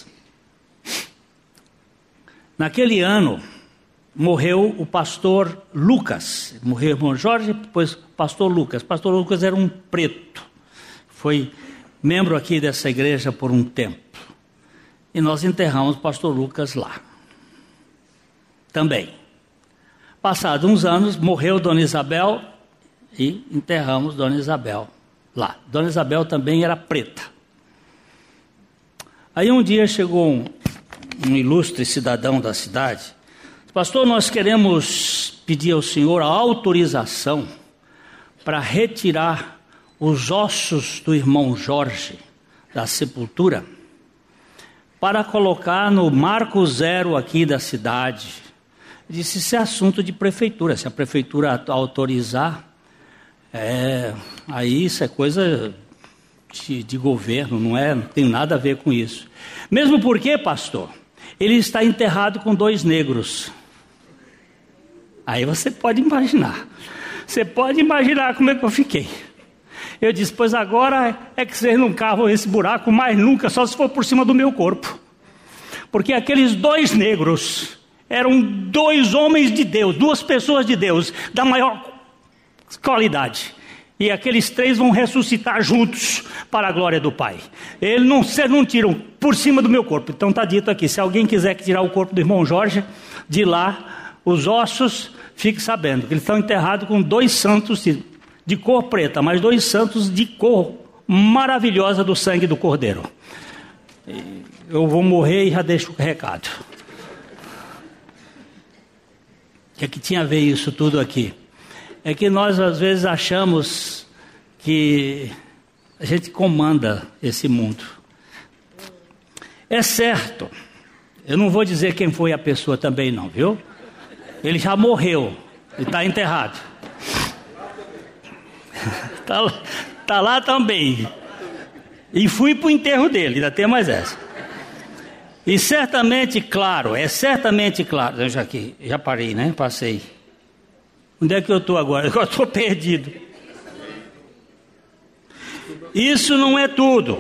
Naquele ano morreu o pastor Lucas, morreu o irmão Jorge, depois o pastor Lucas. O pastor Lucas era um preto, foi membro aqui dessa igreja por um tempo. E nós enterramos o pastor Lucas lá. Também. Passados uns anos, morreu Dona Isabel e enterramos Dona Isabel lá. Dona Isabel também era preta. Aí um dia chegou um ilustre cidadão da cidade. Pastor, nós queremos pedir ao senhor a autorização para retirar os ossos do irmão Jorge da sepultura, para colocar no marco zero aqui da cidade. Disse, isso é assunto de prefeitura, se a prefeitura autorizar, aí isso é coisa de governo, não tem nada a ver com isso. Mesmo porque, pastor, ele está enterrado com 2 negros. Aí você pode imaginar como é que eu fiquei. Eu disse, pois agora é que vocês não cavam esse buraco mais nunca, só se for por cima do meu corpo. Porque aqueles 2 negros eram 2 homens de Deus, 2 pessoas de Deus, da maior qualidade. E aqueles 3 vão ressuscitar juntos para a glória do Pai. Vocês não tiram por cima do meu corpo. Então está dito aqui, se alguém quiser tirar o corpo do irmão Jorge, de lá, os ossos, fique sabendo que eles estão enterrados com 2 santos de cor preta, mas 2 santos de cor maravilhosa do sangue do Cordeiro. Eu vou morrer e já deixo o recado. O que é que tinha a ver isso tudo aqui? É que nós às vezes achamos que a gente comanda esse mundo. É certo, eu não vou dizer quem foi a pessoa também não, viu? Ele já morreu e está enterrado. Tá lá também. E fui para o enterro dele, ainda tem mais essa. E certamente claro, eu já parei, né? Passei. Onde é que eu estou agora? Eu estou perdido. Isso não é tudo.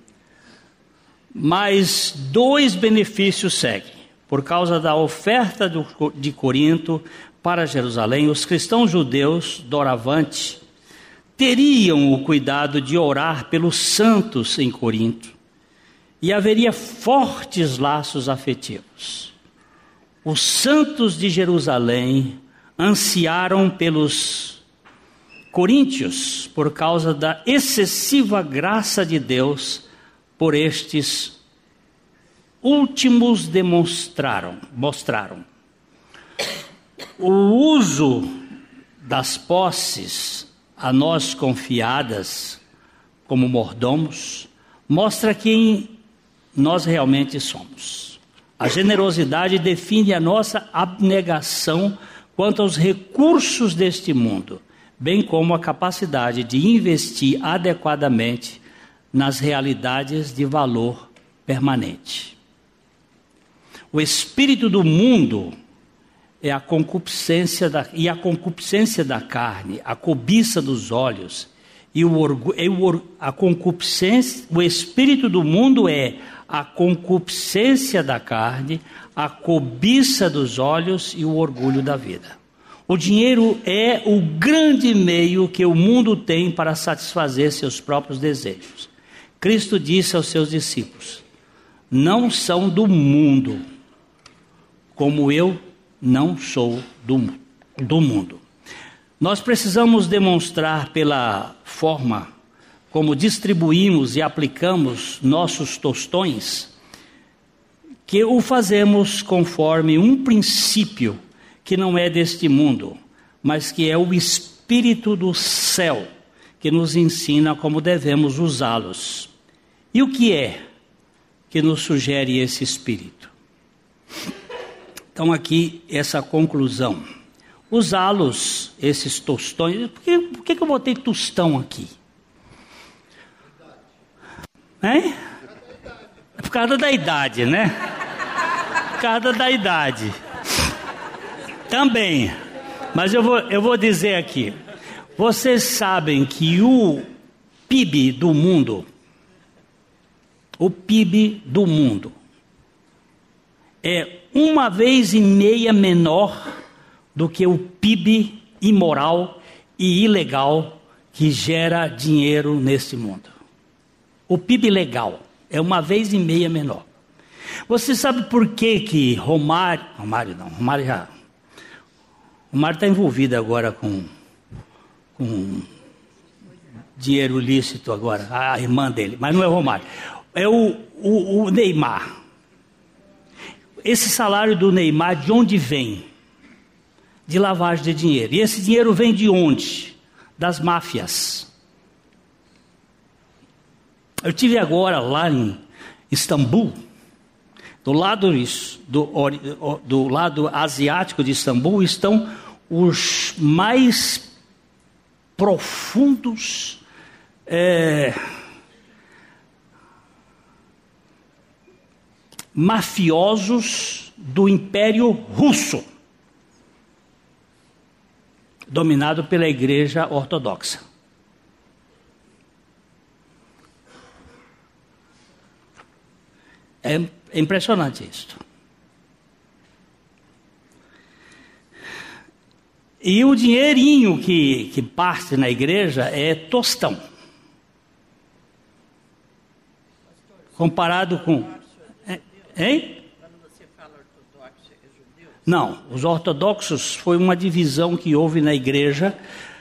Mas 2 benefícios seguem. Por causa da oferta de Corinto para Jerusalém, os cristãos judeus, doravante, teriam o cuidado de orar pelos santos em Corinto e haveria fortes laços afetivos. Os santos de Jerusalém ansiaram pelos coríntios por causa da excessiva graça de Deus por estes últimos mostraram. O uso das posses a nós confiadas como mordomos mostra quem nós realmente somos. A generosidade define a nossa abnegação quanto aos recursos deste mundo, bem como a capacidade de investir adequadamente nas realidades de valor permanente. O espírito do mundo é a concupiscência da carne, a cobiça dos olhos e o orgulho. O espírito do mundo é a concupiscência da carne, a cobiça dos olhos e o orgulho da vida. O dinheiro é o grande meio que o mundo tem para satisfazer seus próprios desejos. Cristo disse aos seus discípulos: não são do mundo, como eu não sou do mundo. Nós precisamos demonstrar pela forma como distribuímos e aplicamos nossos tostões, que o fazemos conforme um princípio que não é deste mundo, mas que é o Espírito do céu, que nos ensina como devemos usá-los. E o que é que nos sugere esse Espírito? Então aqui essa conclusão. Usá-los, esses tostões. Por que eu botei tostão aqui? Hein? É por causa da idade, né? Por causa da idade. Também. Mas eu vou dizer aqui. Vocês sabem que o PIB do mundo é 1,5 vezes menor do que o PIB imoral e ilegal que gera dinheiro neste mundo. O PIB legal é 1,5 vezes menor. Você sabe por que Romário está envolvido agora com dinheiro lícito agora, a irmã dele, mas não é o Romário, é o Neymar. Esse salário do Neymar, de onde vem? De lavagem de dinheiro. E esse dinheiro vem de onde? Das máfias. Eu estive agora lá em Istambul, do lado asiático de Istambul, estão os mais profundos mafiosos do Império Russo, dominado pela Igreja Ortodoxa. É impressionante isso. E o dinheirinho que parte na igreja é tostão. Comparado com... Hein? Quando você fala ortodoxo, é judeu? Não, os ortodoxos foi uma divisão que houve na igreja.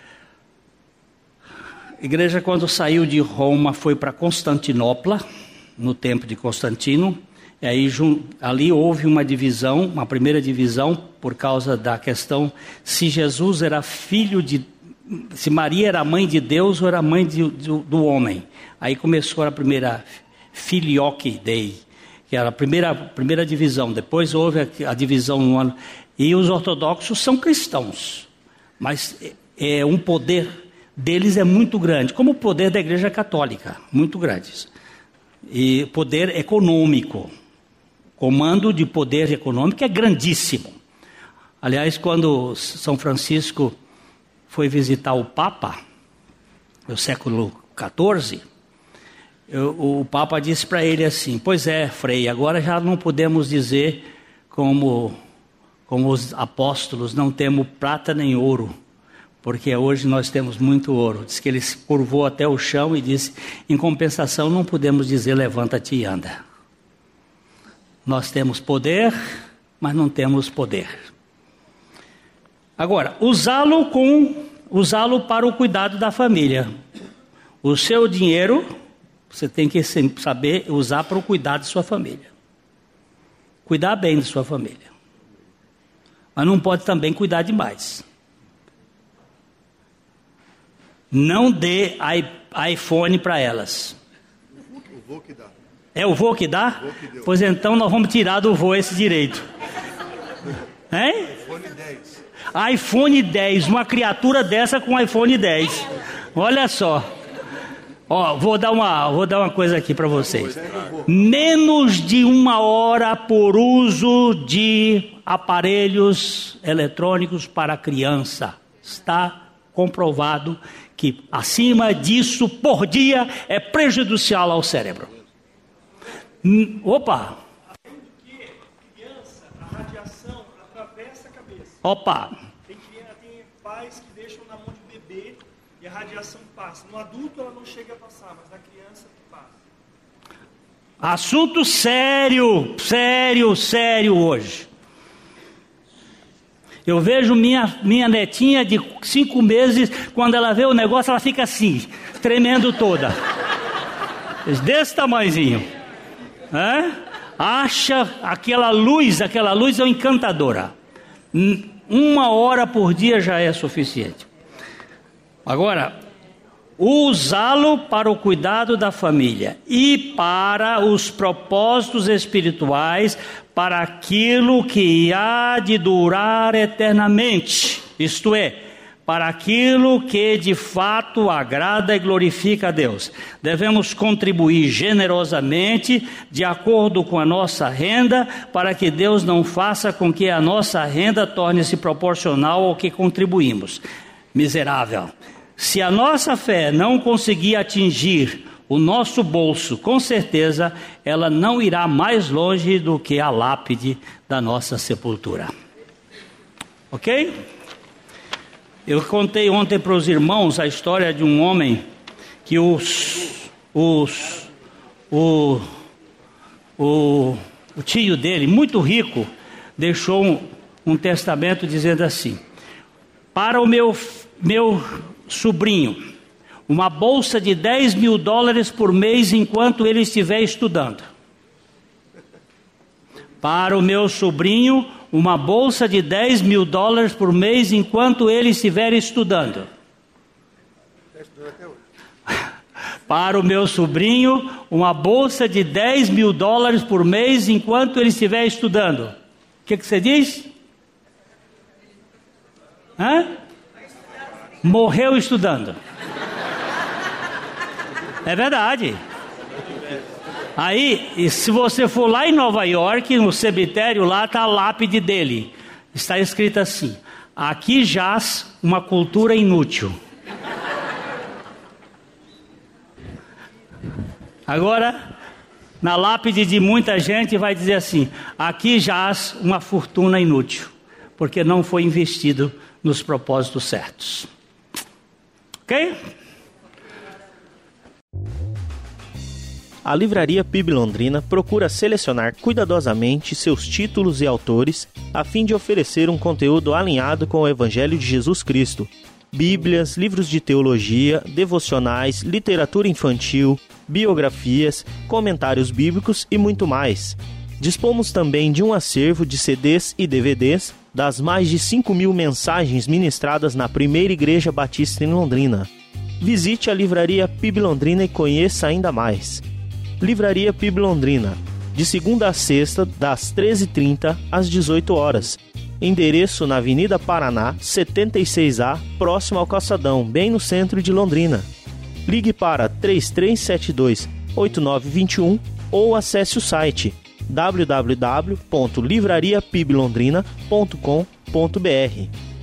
A igreja, quando saiu de Roma, foi para Constantinopla, no tempo de Constantino. E aí ali houve uma divisão, uma primeira divisão, por causa da questão se Jesus era filho de... se Maria era mãe de Deus ou era mãe do homem. Aí começou a primeira filioque dei, que era a primeira divisão. Depois houve a divisão no ano. E os ortodoxos são cristãos, mas um poder deles é muito grande, como o poder da Igreja Católica, muito grandes. E poder econômico, comando de poder econômico é grandíssimo. Aliás, quando São Francisco foi visitar o Papa, no século XIV, o Papa disse para ele assim: pois é, Frei, agora já não podemos dizer como os apóstolos, não temos prata nem ouro, porque hoje nós temos muito ouro. Diz que ele se curvou até o chão e disse: em compensação, não podemos dizer levanta-te e anda. Nós temos poder, mas não temos poder. Agora, usá-lo para o cuidado da família. O seu dinheiro, você tem que saber usar para o cuidado de sua família. Cuidar bem de sua família. Mas não pode também cuidar demais. Não dê iPhone para elas. O vô que dá. É o vô que dá? Pois então nós vamos tirar do vô esse direito. Hein? iPhone 10. iPhone 10, uma criatura dessa com iPhone 10. Olha só. Ó, vou dar uma coisa aqui para vocês. Menos de 1 hora por uso de aparelhos eletrônicos para criança. Está comprovado que acima disso por dia é prejudicial ao cérebro. Opa! Criança, a radiação atravessa a cabeça. Opa! Tem pais que deixam na mão de bebê e a radiação passa. No adulto ela não chega a passar, mas na criança passa. Assunto sério hoje. Eu vejo minha netinha de 5 meses, quando ela vê o negócio, ela fica assim, tremendo toda. Desse tamanhozinho. Acha aquela luz é encantadora. 1 hora por dia já é suficiente. Agora, usá-lo para o cuidado da família e para os propósitos espirituais, para aquilo que há de durar eternamente, isto é, para aquilo que de fato agrada e glorifica a Deus. Devemos contribuir generosamente, de acordo com a nossa renda, para que Deus não faça com que a nossa renda torne-se proporcional ao que contribuímos. Miserável! Se a nossa fé não conseguir atingir o nosso bolso, com certeza ela não irá mais longe do que a lápide da nossa sepultura. Ok? Eu contei ontem para os irmãos a história de um homem que o tio dele, muito rico, deixou um testamento dizendo assim: para o meu sobrinho, uma bolsa de $10.000 por mês enquanto ele estiver estudando. Para o meu sobrinho, uma bolsa de $10.000 por mês enquanto ele estiver estudando. Para o meu sobrinho, uma bolsa de $10.000 por mês enquanto ele estiver estudando. O que você diz? Morreu estudando. É verdade. Aí, e se você for lá em Nova York, no cemitério, lá está a lápide dele. Está escrito assim: aqui jaz uma cultura inútil. Agora, na lápide de muita gente vai dizer assim: aqui jaz uma fortuna inútil, porque não foi investido nos propósitos certos. Ok? A Livraria PIB Londrina procura selecionar cuidadosamente seus títulos e autores a fim de oferecer um conteúdo alinhado com o Evangelho de Jesus Cristo. Bíblias, livros de teologia, devocionais, literatura infantil, biografias, comentários bíblicos e muito mais. Dispomos também de um acervo de CDs e DVDs das mais de 5.000 mensagens ministradas na Primeira Igreja Batista em Londrina. Visite a Livraria PIB Londrina e conheça ainda mais. Livraria PIB Londrina, de segunda a sexta, das 13h30 às 18 horas. Endereço na Avenida Paraná, 76A, próximo ao Calçadão, bem no centro de Londrina. Ligue para 3372-8921 ou acesse o site www.livrariapiblondrina.com.br.